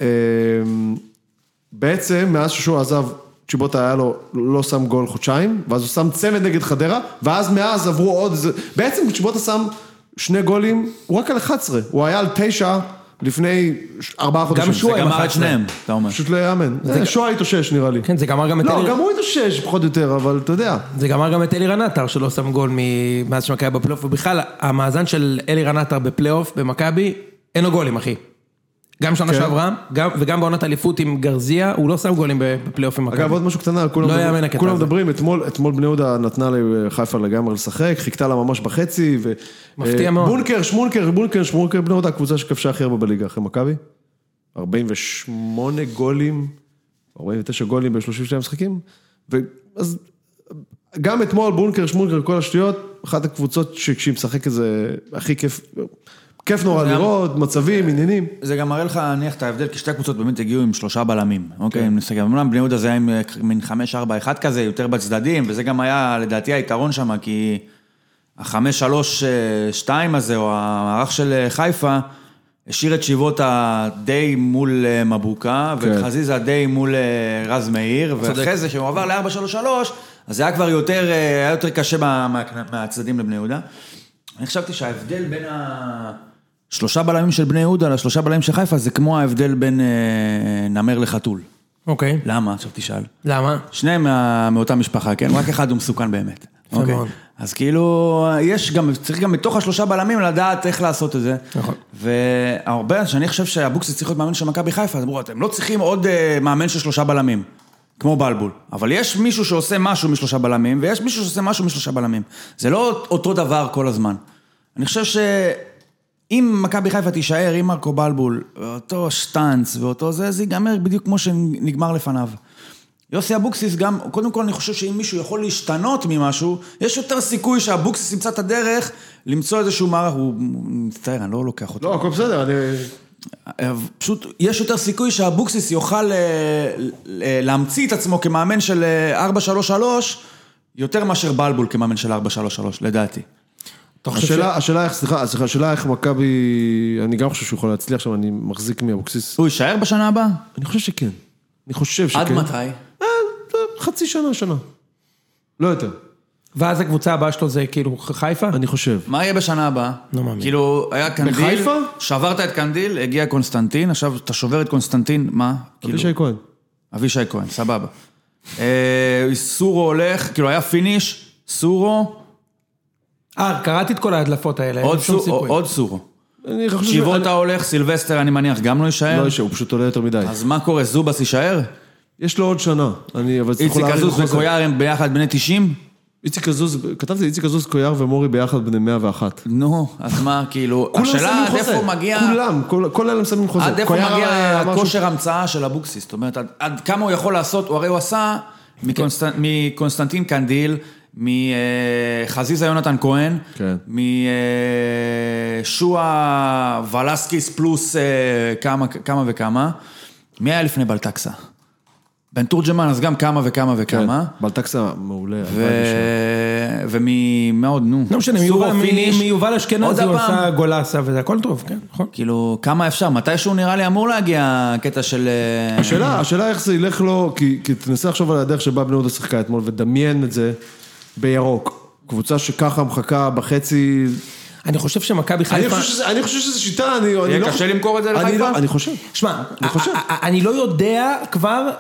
בעצם מאז ששואה עזב, צ'יבוטה היה לו לא שם גול חודשיים, ואז הוא שם צמד נגד חדרה, ואז מאז עברו עוד... בעצם צ'יבוטה שם 2 גולים, הוא רק על 11, הוא היה על 9 לפני 4 חודשים. גם שואה גמר את שניהם, אתה אומר. פשוט לא יאמן. שואה התאושש נראה לי. כן, זה גמר גם את... לא, גם הוא התאושש פחות או יותר, אבל אתה יודע. זה גמר גם את אלירן עטר, שלא שם גול מאז שמכבי בפלייאוף, ובכלל, המאזן של אלירן עטר בפלייאוף, במכבי, אין לו גולים, אחי. גם שנה שעברה, וגם בעונת אליפות עם גרזיה, הוא לא שם גולים בפלייאוף עם מכבי. אגב, עוד משהו קטנה, כולם מדברים, אתמול בני יהודה נתנה לחיפה לגמרי לשחק, חיכתה לה ממש בחצי, מפתיע מאוד. בונקר, שמונקר, בני יהודה, הקבוצה שכבשה הכי הרבה בליגה אחרי מכבי, 48 גולים, 49 גולים ב-32 משחקים, ואז גם אתמול בונקר, שמונקר, כל השטויות, אחת הקבוצות שכשהיא משחק איזה הכי כיף נורא לראות, מצבים, עניינים. זה גם מראה לך, נניח, את ההבדל, כי שתי הקבוצות באמת הגיעו עם 3 בלמים. אוקיי, אם נסתכל, אמנם בני יהודה זה היה עם מין 5-4-1 כזה, יותר בצדדים, וזה גם היה, לדעתי, היתרון שם, כי ה-5-3-2 הזה, או המערך של חיפה, השאיר את שיבוטה די מול מבוקה, וחזיזה די מול רז מאיר, ואחרי זה שהוא עבר ל-4-3-3, אז זה היה כבר היה יותר קשה מהצדדים לבני יהודה. אני חשבתי שההבדל בין השלושה בלמים של בני יהודה לשלושה בלמים של חיפה, זה כמו ההבדל בין נמר לחתול. אוקיי. למה? עכשיו תשאל. למה? שניהם מאותה משפחה, כן? רק אחד הוא מסוכן באמת. אוקיי. אז כאילו, צריך גם מתוך השלושה בלמים לדעת איך לעשות את זה. נכון. והרבה, שאני חושב שהבוקסיס צריך להיות מאמן של מכבי חיפה, אז אמרו, אתם לא צריכים עוד מאמן של שלושה בלמים, כמו בלבול. אבל יש מישהו שעושה משהו משלושה בלמים, ויש מישהו שעושה משהו משלושה בלמים. זה לא אותו דבר כל הזמן. אני חושב שאם מכבי חיפה תישאר עם מרקו בלבול, ואותו שטנץ ואותו זה ייגמר בדיוק כמו שנגמר לפניו. יוסי אבוקסיס גם, קודם כל אני חושב שאם מישהו יכול להשתנות ממשהו, יש יותר סיכוי שהאבוקסיס ימצא את הדרך למצוא איזשהו מערך, הוא מצטער, אני לא לוקח אותו. לא, הכל בסדר, פשוט יש יותר סיכוי שהאבוקסיס יוכל להמציא את עצמו כמאמן של 4-3-3, יותר מאשר בלבול כמאמן של 4-3-3, לדעתי. השאלה איך מכבי, אני גם חושב שהוא יכול להצליח שם, אני מחזיק מאבוקסיס. הוא יישאר בשנה הבאה? אני חושב שכן. אני חושב שכן. עד מתי? חצי שנה. לא יותר. ואז הקבוצה הבאה שלו זה כאילו חיפה? אני חושב. מה יהיה בשנה הבאה? לא מאמין. כאילו, היה קנדיל, בחיפה? שברת את קנדיל, הגיע קונסטנטין, עכשיו אתה שובר את קונסטנטין, מה? אבישי כהן. אבישי כהן, סבבה. סורו הולך, כאילו היה פיניש, סורו. קראתי את כל ההדלפות האלה. עוד סורו. שיבוטה הולך, סילבסטר אני מניח גם לא יישאר. לא יישאר, הוא פשוט עולה יותר מדי. אז מה קורה, זובס יישאר? יש לו עוד שנה. איציק עזוז וקויר הם ביחד בני 90? כתבתי איציק עזוז, קויר ומורי ביחד בני 101. נו, אז מה, כאילו, השאלה עד איפה מגיע... כולם, כל אלה מסיימים חוזה. עד איפה מגיע הכושר המצאה של אבוקסיס, זאת אומרת, עד כמה הוא יכול לעשות, הוא הרי הוא עשה מקונסטנטין קנדיל, מחזיזה יונתן כהן, משואה ולסקיס פלוס כמה וכמה, מי היה לפני בלטקסה? בן תורג'מן, אז גם כמה וכמה וכמה. בלטקסה מעולה. וממה עוד, נו. לא משנה, מיובל אשכנזי הוא עושה גולסה וזה הכל טוב, כן, נכון. כאילו, כמה אפשר, מתישהו נראה לי אמור להגיע קטע של... השאלה איך זה ילך לו, כי תנסה עכשיו על הדרך שבה בני יהודה שיחקה אתמול, ודמיין את זה בירוק. קבוצה שככה מחכה בחצי... אני חושב שמכבי חיפה... אני חושב שזו שיטה, יהיה קשה למכור את זה לחיפה? אני חושב. שמע, אני לא יודע כבר...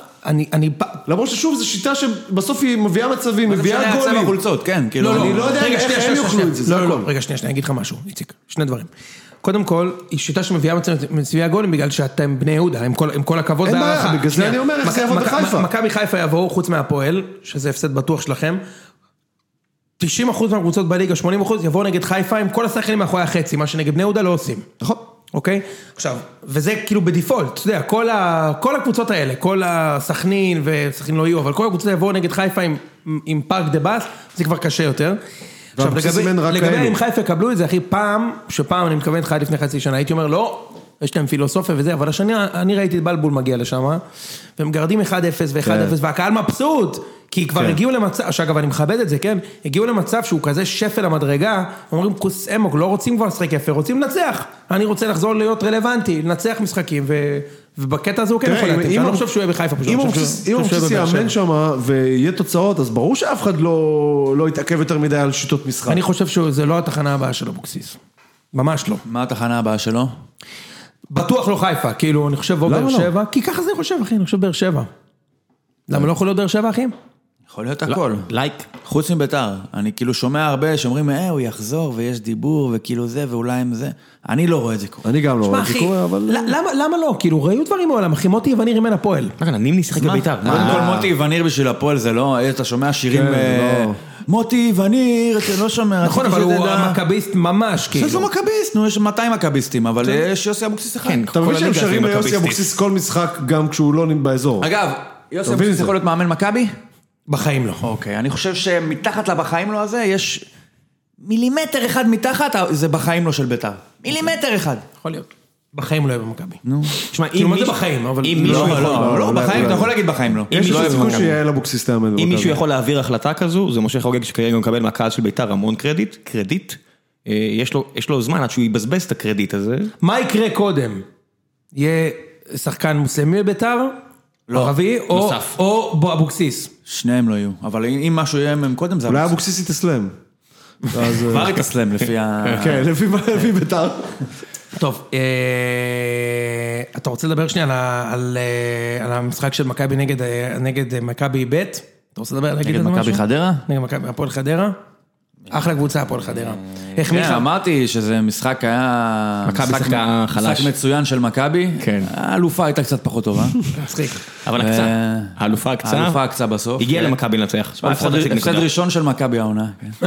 למרות ששוב, זו שיטה שבסוף היא מביאה מצבים, מביאה גולים. זה משנה הצבע חולצות, כן. אני לא יודע איך הם יוכלו את זה. לא, רגע, שנייה, אני אגיד לך משהו, איציק, שני דברים. קודם כל, היא שיטה שמביאה מצביעה גולים, בגלל שאתם בני יהודה, עם כל הכבוד. אין בעיה, בגלל זה אני אומר, איך זה יעבוד בחיפה. מכבי חיפה יבואו חוץ מהפועל, שזה הפסד בטוח שלכם, 90% מהקבוצות בליגה, 80% יבואו נגד חיפה, עם כל השחקנים מאחורי החצי, מה שנגד בני יהודה לא עושים. נכון. אוקיי? עכשיו, וזה כאילו בדיפולט, אתה יודע, כל הקבוצות האלה, כל הסכנין וסכנין לא יהיו, אבל כל הקבוצות יבואו נגד חיפה עם פארק דה באס, זה כבר קשה יותר. עכשיו, לגבי אם חיפה יקבלו את זה, אחי, שפעם אני מתכוון לך לפני חצי שנה, הייתי אומר, לא, יש להם פילוסופיה וזה, אבל השנה אני ראיתי את בלבול מגיע לשם, והם גרדים 1-0 ו-1-0, והקהל מבסוט, כי כבר הגיעו למצב, שאגב אני מכבד את זה, כן? הגיעו למצב שהוא כזה שפל המדרגה, אומרים, כוס אמוק, לא רוצים כבר לשחק יפה, רוצים לנצח. אני רוצה לחזור להיות רלוונטי, לנצח משחקים, ובקטע הזה הוא כן יכול להתאים, אני לא חושב שהוא יהיה בחיפה פשוט. אם הוא חושב יאמן שם, ויהיה תוצאות, אז ברור שאף אחד לא יתעכב יותר מדי על שיטות משחק. אני חושב שזה לא התחנה הבאה של אבוקסיס. ממש לא. מה התחנה הבאה שלו? בטוח לא חיפה, כאילו, אני חושב באר שבע, כי ככה זה חושב, אחי, אני חושב באר שבע. למה לא יכול להיות באר שבע, אחי? יכול להיות הכל. לייק. חוץ מביתר. אני כאילו שומע הרבה שאומרים, הוא יחזור ויש דיבור וכאילו זה ואולי עם זה. אני לא רואה את זה קורה. אני גם לא רואה את זה קורה, אבל... למה לא? כאילו, ראיו דברים מעולם, אחי, מוטי וניר אימן הפועל. נימני שיחק בביתר. קודם כל מוטי וניר בשביל הפועל זה לא, אתה שומע שירים... מוטי וניר, אתה לא שומע. נכון, אבל הוא המכביסט ממש, כאילו. זה מכביסט, יש 200 מכביסטים, אבל יש יוסי אבוקסיס אחד. אתה מבין שהם שרים ליוסי אבוקסיס כל משחק גם כשהוא לא באזור. אגב, יוסי אבוקסיס יכול להיות מאמן מכבי? בחיים לא. אוקיי, אני חושב שמתחת לבחיים לו הזה יש מילימטר אחד מתחת, זה בחיים לו של ביתר. מילימטר אחד. יכול להיות. בחיים לא יהיה במכבי. נו. תשמע, כאילו, מה זה בחיים? אבל... לא, בחיים, אתה יכול להגיד בחיים לא. יש סיכוי שיעל אבוקסיס תאמן. אם מישהו יכול להעביר החלטה כזו, זה משה חוגג שכרגע מקבל מהקהל של בית"ר המון קרדיט, יש לו זמן עד שהוא יבזבז את הקרדיט הזה. מה יקרה קודם? יהיה שחקן מוסלמי בבית"ר? ערבי? או אבוקסיס? שניהם לא יהיו, אבל אם משהו יהיה מהם קודם זה... אולי אבוקסיס יתאסלם. כבר יתאסלם לפי ה... כן, לפי בית"ר. טוב, אתה רוצה לדבר שנייה על המשחק של מכבי נגד מכבי ב'? אתה רוצה לדבר? נגד מכבי חדרה? נגד מכבי, הפועל חדרה? אחלה קבוצה, הפועל חדרה. כן, אמרתי שזה משחק היה... מכבי שיחקה חלש. משחק מצוין של מכבי. כן. האלופה הייתה קצת פחות טובה. מצחיק. אבל האלופה הקצה בסוף. הגיעה למכבי לנצח. הפסד ראשון של מכבי העונה.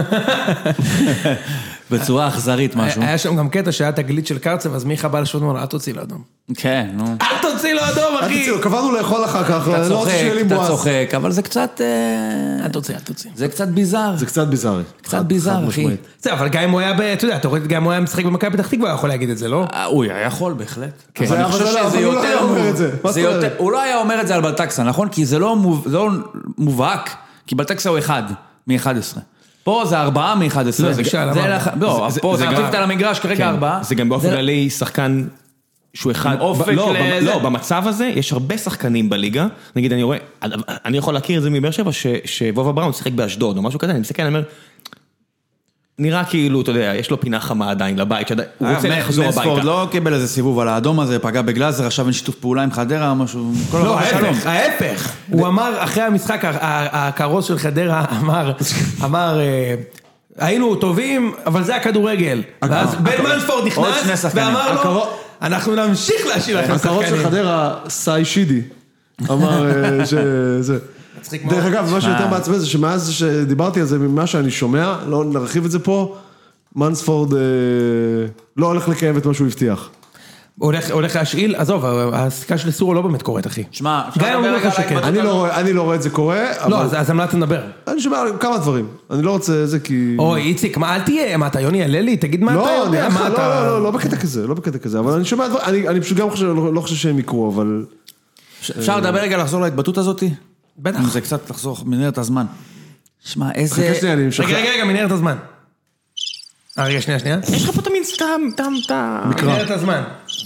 בצורה אכזרית משהו. היה שם גם קטע שהיה תגלית של קרצב, אז מיכה בא לשפוט ואומר, אל תוציא לו אדום. כן, נו. אל תוציא לו אדום, אחי! קבענו לאכול אחר כך, אתה צוחק, אבל זה קצת... אל תוציא. זה קצת ביזר. זה קצת ביזארי. קצת ביזר, אחי. זה, אבל גם אם הוא היה, אתה יודע, אתה רואה, גם אם הוא היה משחק במכבי פתח תקווה, הוא יכול להגיד את זה, לא? הוא היה יכול, בהחלת. אבל אני חושב שזה יותר... הוא לא היה אומר את זה על בלטקסה, נכון? כי זה לא מובהק, כי בלטקסה הוא 1 מ-11. פה זה 4 מ-11. לא, פה זה נתיבת על המגרש כרגע 4. זה גם באופן כללי שחקן שהוא אחד... לא, במצב הזה יש הרבה שחקנים בליגה. נגיד, אני יכול להכיר את זה מבאר שבע, שוובה בראון שיחק באשדוד או משהו כזה, אני מסתכל, אני אומר... נראה כאילו, אתה יודע, יש לו פינה חמה עדיין לבית, הוא רוצה לחזור הביתה. מספורד לא קיבל איזה סיבוב על האדום הזה, פגע בגלאזר, עכשיו אין שיתוף פעולה עם חדרה, משהו... לא, ההפך. הוא אמר, אחרי המשחק, הכרוז של חדרה אמר, היינו טובים, אבל זה הכדורגל. ואז בן מנספורד נכנס, ואמר לו, אנחנו נמשיך להשאיר לכם שחקנים. הכרוז של חדרה, סי שידי, אמר שזה... דרך אגב, מה שיותר מעצבן זה שמאז שדיברתי על זה, ממה שאני שומע, לא נרחיב את זה פה, מנספורד לא הולך לקיים את מה שהוא הבטיח. הולך להשאיל, עזוב, הסיכה של סורו לא באמת קורית, אחי. שמע, אני לא רואה את זה קורה. לא, אז על מה אתה מדבר? אני שומע כמה דברים, אני לא רוצה זה כי... אוי, איציק, מה, אל תהיה, מה אתה, יוני, עלה לי, תגיד מה אתה יודע, מה אתה... לא בקטע כזה, אבל אני שומע דברים, אני פשוט גם לא חושב שהם יקרו, אבל... אפשר לדבר רגע לחזור להתבטאות הזאת? בטח. זה קצת לחזור, מנהרת הזמן. שמע, איזה... רגע, מנהרת הזמן. רגע, שנייה. יש לך פה תמיד סתם, מנהרת הזמן.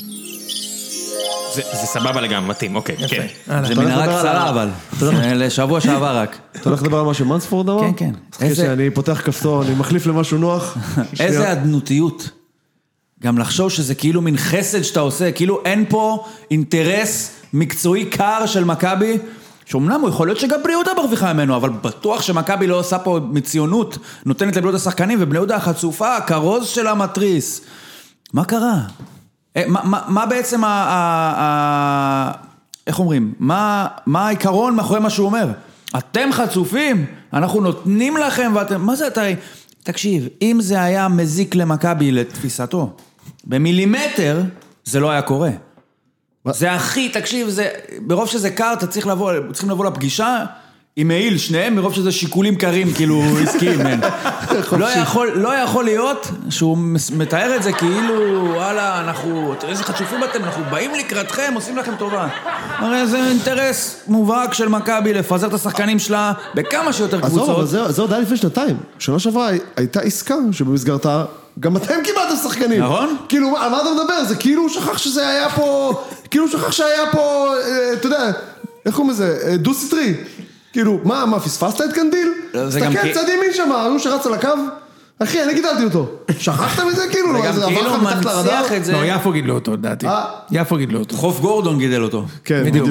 זה סבבה לגמרי, מתאים, אוקיי, כן. זה מנהרה קצרה, אבל. לשבוע שעבר רק. אתה הולך לדבר על מה שמנספורד אמר? כן. אני פותח כפתור, אני מחליף למשהו נוח. איזה אדנותיות. גם לחשוב שזה כאילו מין חסד שאתה עושה, כאילו אין פה אינטרס מקצועי קר של מכבי, שאומנם הוא יכול להיות שגם בני יהודה מרוויחה ממנו, אבל בטוח שמכבי לא עושה פה מציונות, נותנת לבני יהודה השחקנים, ובני יהודה החצופה, הכרוז של המטריס. מה קרה? מה בעצם איך אומרים? מה העיקרון מאחורי מה שהוא אומר? אתם חצופים, אנחנו נותנים לכם, ואתם... מה זה אתה... תקשיב, אם זה היה מזיק למכבי לתפיסתו, במילימטר, זה לא היה קורה. זה הכי, תקשיב, ברוב שזה קר, צריכים לבוא לפגישה עם מעיל, שניהם, ברוב שזה שיקולים קרים, כאילו, עסקיים, לא יכול להיות שהוא מתאר את זה כאילו, וואלה, אנחנו, איזה חצופים אתם, אנחנו באים לקראתכם, עושים לכם טובה. הרי זה אינטרס מובהק של מכבי לפזר את השחקנים שלה בכמה שיותר קבוצות. עזוב, זה עוד היה לפני שנתיים. שנה שעברה הייתה עסקה שבמסגרתה גם אתם קיבלתם שחקנים. נכון? כאילו, על מה אתה מדבר? זה כאילו שכח שזה היה פה, אתה יודע, איך קוראים לזה? דו סטרי. כאילו, מה, פספסת את קנדיל? תסתכל, צד ימין שם, הוא שרץ על הקו. אחי, אני גידלתי אותו. שכחת מזה? כאילו, זה גם כאילו מנציח את זה. לא, יפו גידלו אותו, דעתי. יפו גידלו אותו. חוף גורדון גידל אותו. כן, בדיוק.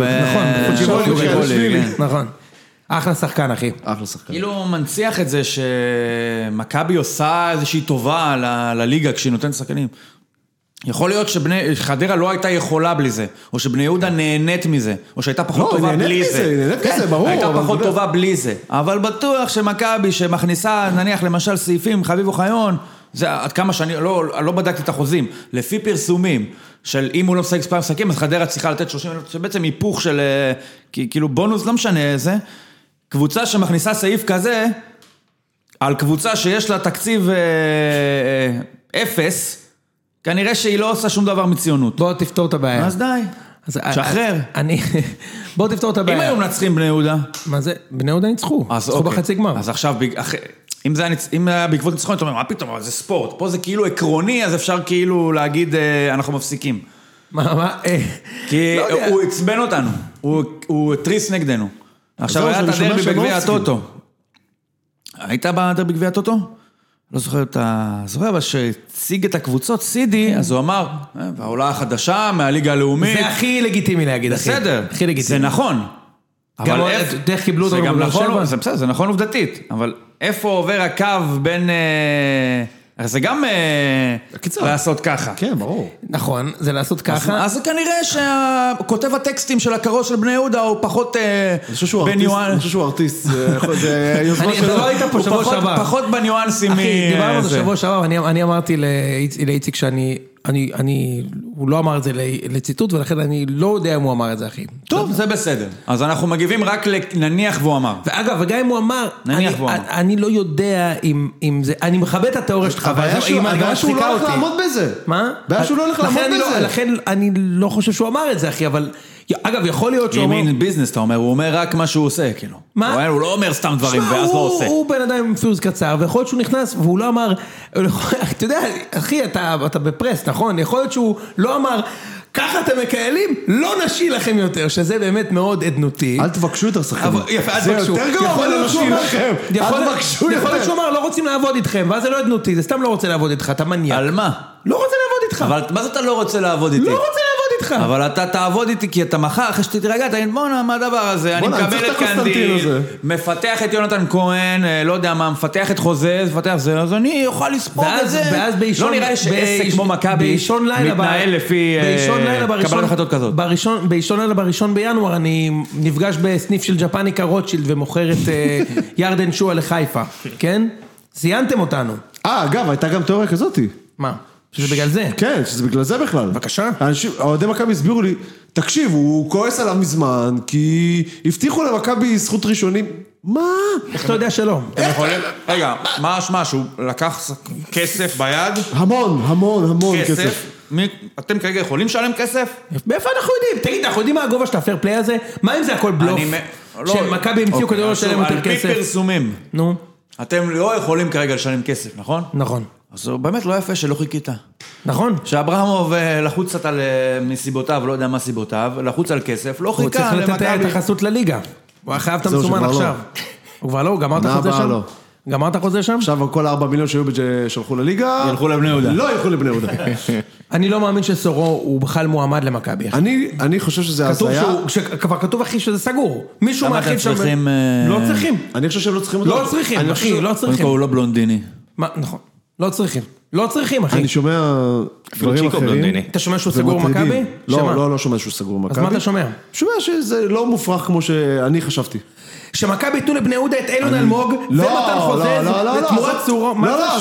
נכון. אחלה שחקן, אחי. אחלה שחקן. כאילו מנציח את זה שמכבי עושה איזושהי טובה לליגה כשהיא נותנת שחקנים. יכול להיות שחדרה לא הייתה יכולה בלי זה, או שבני יהודה נהנית מזה, או שהייתה פחות טובה בלי זה. נהנית מזה, ברור. הייתה פחות טובה בלי זה. אבל בטוח שמכבי שמכניסה, נניח למשל סעיפים, חביב וחיון, זה עד כמה שאני לא בדקתי את החוזים, לפי פרסומים, של אם הוא לא משחק ספר משחקים, אז חדרה צריכה לתת 30, שבעצם היפוך של, כאילו בונוס, לא משנה איזה, קבוצה שמכניסה סעיף כזה, על קבוצה שיש לה תקציב אפס, כנראה שהיא לא עושה שום דבר מציונות. בוא תפתור את הבעיה. אז די. שחרר. בוא תפתור את הבעיה. אם היו מנצחים בני יהודה? מה זה? בני יהודה ניצחו. ניצחו בחצי גמר. אז עכשיו, אם היה בעקבות ניצחון, אתה אומר, מה פתאום, זה ספורט. פה זה כאילו עקרוני, אז אפשר כאילו להגיד, אנחנו מפסיקים. מה? כי הוא עצבן אותנו. הוא טריס נגדנו. עכשיו היה את הדרבי בגביע הטוטו. היית בדרבי בגביע הטוטו? לא זוכר את הזוכר, אבל שהציג את הקבוצות סידי, אז הוא אמר, העולה החדשה מהליגה הלאומית. זה הכי לגיטימי להגיד, אחי. בסדר, זה נכון. גם איך קיבלו אותו בבאר שבע? זה בסדר, זה נכון עובדתית, אבל איפה עובר הקו בין... זה גם לעשות ככה. כן, ברור. נכון, זה לעשות ככה. אז כנראה שכותב הטקסטים של הקרוב של בני יהודה הוא פחות בניואנס. אני חושב שהוא ארטיסט, זה יוזמה שלו. אתה לא היית פה שבוע שעבר. פחות בניואנסים. אחי, דיברנו על שבוע שעבר, אני אמרתי לאיציק שאני... הוא לא אמר את זה לציטוט, ולכן אני לא יודע אם הוא אמר את זה, אחי. טוב, זה בסדר. אז אנחנו מגיבים רק לנניח והוא אמר. ואגב, וגם אם הוא אמר, אני לא יודע אם זה, אני מכבד את התיאוריה שלך, הבעיה שהוא לא הולך לעמוד בזה. מה? הבעיה שהוא לא הולך לעמוד בזה. לכן אני לא חושב שהוא אמר את זה, אחי, אבל... אגב, יכול להיות שהוא אומר... ימין ביזנס, אתה אומר, הוא אומר רק מה שהוא עושה, כאילו. מה? הוא לא אומר סתם דברים, ואז לא עושה. הוא בן אדם עם פיוז קצר, ויכול להיות שהוא נכנס, והוא לא אמר... אתה יודע, אחי, אתה בפרס, נכון? יכול להיות שהוא לא אמר... ככה אתם מקיילים, לא נשיל לכם יותר, שזה באמת מאוד עדנותי. אל תבקשו יותר שחקנים. יפה, אל תבקשו. זה יותר גרוע, לא נשיל לכם. יכול להיות שהוא אמר, לא רוצים לעבוד איתכם, ואז זה לא עדנותי, זה סתם לא רוצה לעבוד איתך, אתה מניאק. על מה? לא רוצה לעבוד איתך. אבל מה זה אתה לא רוצה לעבוד איתי? לא רוצה לעבוד איתך. אבל אתה תעבוד איתי, כי אתה מחר, אחרי שתתרגע, אתה בוא, מה הדבר הזה? אני מקבל את קנדיל, מפתח את יונתן כהן, לא יודע מה, מפתח את חוזז, מפתח זה, אז אני אוכל לספוג את זה. לא נראה שעסק כמו מכבי מתנהל לפי קבלת החלטות כזאת. באישון לילה בראשון בינואר, אני נפגש בסניף של ג'פניקה רוטשילד, ומוכר את ירדן שועה לחיפה, כן? ציינתם אותנו. אגב, הייתה גם תיאוריה כזאתי. מה? שזה בגלל זה? כן, שזה בגלל זה בכלל. בבקשה. האוהדי מכבי הסבירו לי, תקשיב, הוא כועס עליו מזמן, כי הבטיחו למכבי זכות ראשונים. מה? איך אתה יודע שלא? רגע, מה שהוא לקח כסף ביד? המון כסף. אתם כרגע יכולים לשלם כסף? מאיפה אנחנו יודעים? תגיד, אנחנו יודעים מה הגובה של הפייר פליי הזה? מה אם זה הכל בלוף? שמכבי המציאו כדי לא לשלם יותר כסף? על פי פרסומים. נו. אתם לא יכולים כרגע לשלם כסף, נכון? נכון. אז זה באמת לא יפה שלא חיכית. נכון. שאברמוב לחוץ קצת מסיבותיו, לא יודע מה סיבותיו, לחוץ על כסף, לא חיכה למכבי. הוא צריך לתת את החסות לליגה. הוא חייב את המסומן עכשיו. הוא כבר לא, גמרת חוזה שם? גמרת חוזה שם? עכשיו כל 4 מיליון שהיו שלחו לליגה, ילכו לבני יהודה. לא ילכו לבני יהודה. אני לא מאמין שסורו הוא בכלל מועמד למכבי. אני חושב שזה הזיה. כבר כתוב אחי שזה סגור. מישהו מאחיל שם. לא צריכים. אני חושב שהם לא צריכים אותו. לא צריכים, אחי, לא צריכים. הוא לא בלונדיני. נכון. לא צריכים. לא צריכים, אחי. אני שומע דברים אחרים. אתה שומע שהוא סגור במכבי? לא שומע שהוא סגור במכבי. אז מה אתה שומע? שומע שזה לא מופרך כמו שאני חשבתי. שמכבי יתנו לבני יהודה את אילון אלמוג ומתן חוזז לתמורת צורו.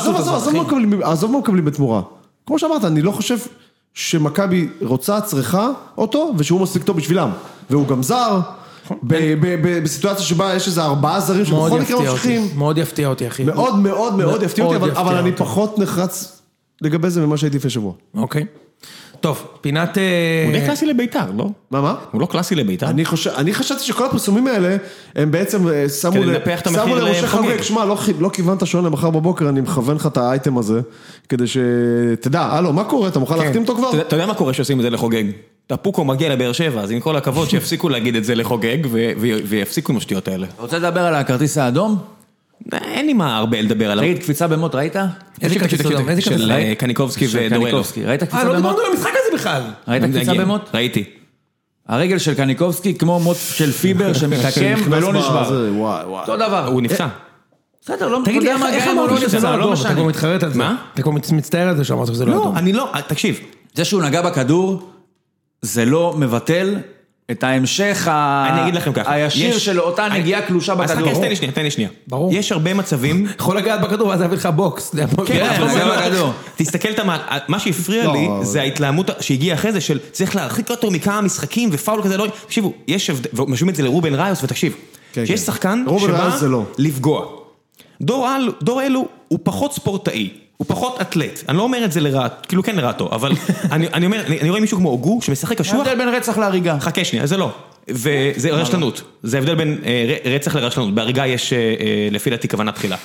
עזוב מה מקבלים בתמורה. כמו שאמרת, אני לא חושב שמכבי רוצה, צריכה אותו, ושהוא מספיק טוב בשבילם. והוא גם זר, בסיטואציה שבה יש איזה 4 זרים שבכל מקרה ממשיכים. מאוד יפתיע אותי, אחי. מאוד יפתיע אותי, אבל אני פחות נחרץ לגבי זה ממה שהייתי לפני שבוע. אוקיי. טוב, פינת... הוא די קלאסי לביתר, לא? מה? הוא לא קלאסי לביתר? אני חשבתי שכל הפרסומים האלה, הם בעצם שמו לראשי חוגג, שמע, לא כיוונת שואל למחר בבוקר, אני מכוון לך את האייטם הזה, כדי שתדע, הלו, מה קורה? אתה מוכן להחתים אותו כבר? אתה יודע מה קורה שעושים את זה לחוגג? טפוקו מגיע לבאר שבע, אז עם כל הכבוד שיפסיקו להגיד את זה לחוגג, ויפסיקו עם השטויות האלה. אתה רוצה לדבר על הכרטיס האדום? אין לי מה הרבה לדבר עליו. תגיד, קפיצה במות, ראית? איזה כרטיס אדום? של קניקובסקי ודורלו. ראית קפיצה במות? לא דיברנו על המשחק הזה בכלל. ראית קפיצה במות? ראיתי. הרגל של קניקובסקי כמו מוט של פיבר שמתעקם ולא נשבר. אותו דבר. הוא נפצע. בסדר, לא תגיד לי, איך אמרת שזה לא אדום? אתה כבר מתחרט על זה. מה? אתה כבר מצטער על זה שאמרת שזה לא אדום. לא, אני לא, תקשיב. זה שהוא נגע בכדור, זה לא מבטל את ההמשך הישיר של אותה נגיעה קלושה בכדור. אז תן לי שנייה. ברור. יש הרבה מצבים... יכול לגעת בכדור, ואז להביא לך בוקס. כן, זה בכדור. תסתכל, מה שהפריע לי, זה ההתלהמות שהגיעה אחרי זה, של צריך להרחיק אותו מכמה משחקים, ופאול כזה לא... תקשיבו, ומשווים את זה לרובן ראיוס, ותקשיב, שיש שחקן שבא לפגוע. דור אלו הוא פחות ספורטאי. הוא פחות אתלט, אני לא אומר את זה לרעת, כאילו כן לרעתו, אבל אני אומר, אני רואה מישהו כמו אוגו שמשחק קשוח. ההבדל בין רצח להריגה. חכה שנייה, זה לא. וזה רשלנות, זה הבדל בין רצח לרשלנות, בהריגה יש לפי דעתי כוונה תחילה.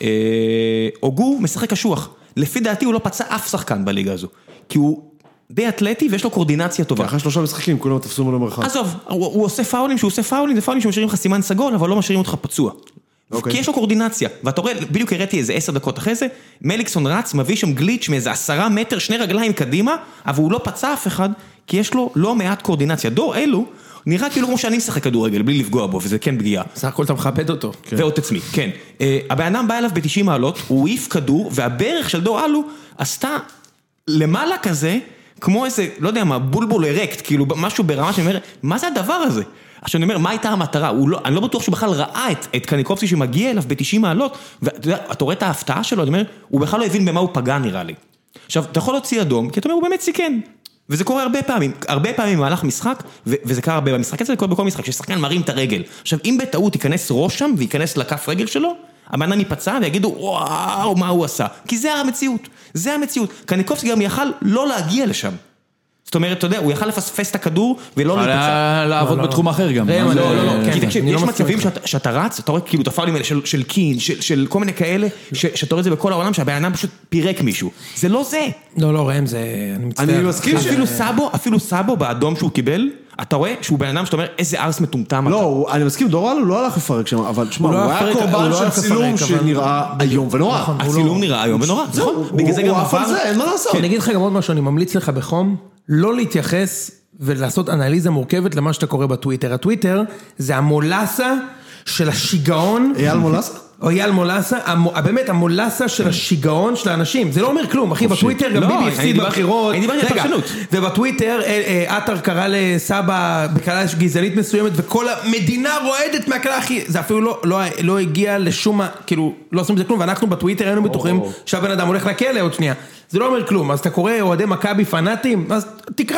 אוגו משחק קשוח, לפי דעתי הוא לא פצע אף שחקן בליגה הזו, כי הוא די אתלטי ויש לו קורדינציה טובה. אחרי 3 משחקים, כולם תפסו ממנו מרחק. עזוב, הוא עושה פאולים, שהוא עושה פאולים, זה פאולים שמשאירים לך סימן סגול, אבל לא משאירים אותך פצוע. כי יש לו קורדינציה, ואתה רואה, בדיוק הראיתי איזה 10 דקות אחרי זה, מליקסון רץ, מביא שם גליץ' מאיזה 10 מטר, 2 רגליים קדימה, אבל הוא לא פצע אף אחד, כי יש לו לא מעט קורדינציה. דור אלו, נראה כאילו כמו שאני משחק כדורגל, בלי לפגוע בו, וזה כן פגיעה. בסך הכל אתה מכבד אותו. ועוד עצמי, כן. הבן אדם בא אליו ב-90 מעלות, הוא העיף כדור, והברך של דור אלו עשתה למעלה כזה, כמו איזה, לא יודע מה, בולבול ארקט, כאילו משהו ברמה שאני אומר, מה זה הדבר הזה? עכשיו אני אומר, מה הייתה המטרה? אני לא בטוח שהוא בכלל ראה את קניקובסקי שמגיע אליו ב-90 מעלות, ואתה יודע, אתה רואה את ההפתעה שלו, אני אומר, הוא בכלל לא הבין במה הוא פגע נראה לי. עכשיו, אתה יכול להוציא אדום, כי אתה אומר, הוא באמת סיכן. וזה קורה הרבה פעמים במהלך משחק, וזה קרה הרבה במשחק, זה קורה בכל משחק, ששחקן מרים את הרגל. עכשיו, אם בטעות ייכנס ראש שם, וייכנס לכף רגל שלו, הבן ייפצע ויגידו, וואו, מה הוא עשה? כי זה המציאות, זה המציאות. קניקובסקי גם יכל לא להגיע לשם. זאת אומרת, אתה יודע, הוא יכל לפספס את הכדור ולא להיפצע. לעבוד בתחום אחר גם. לא. כי תקשיב, יש מצבים שאתה רץ, אתה רואה כאילו את הפאולים האלה של קין, של כל מיני כאלה, שאתה רואה את זה בכל העולם, שהבן אדם פשוט פירק מישהו. זה לא זה. לא, ראם, זה... אני מסכים אפילו סאבו באדום שהוא קיבל, אתה רואה שהוא בן אדם שאתה אומר, איזה ארס מטומטם. לא, אני מסכים, דור אלו לא הלך לפרק שם, אבל תשמע, הוא היה קורבן של צילום שנראה איום ונורא. הצילום נראה איום ונורא, נכון. בגלל זה גם הוא עף על זה, אין מה לעשות. אני אגיד לך גם עוד משהו, אני ממליץ לך בחום, לא להתייחס ולעשות אנליזה מורכבת למה שאתה קורא בטוויטר. הטוויטר זה המולסה של השיגעון. אייל מולסה? או אייל מולסה, באמת המולסה של השיגעון של האנשים. זה לא אומר כלום, אחי, בטוויטר גם ביבי הפסיד בבחירות. רגע, ובטוויטר אתר קרא לסבא בקלה גזענית מסוימת, וכל המדינה רועדת מהקלה, אחי. זה אפילו לא הגיע לשום, כאילו, לא עושים בזה כלום, ואנחנו בטוויטר היינו בטוחים שהבן אדם הולך לכלא עוד שנייה. זה לא אומר כלום, אז אתה קורא אוהדי מכבי פנאטים, אז תקרא.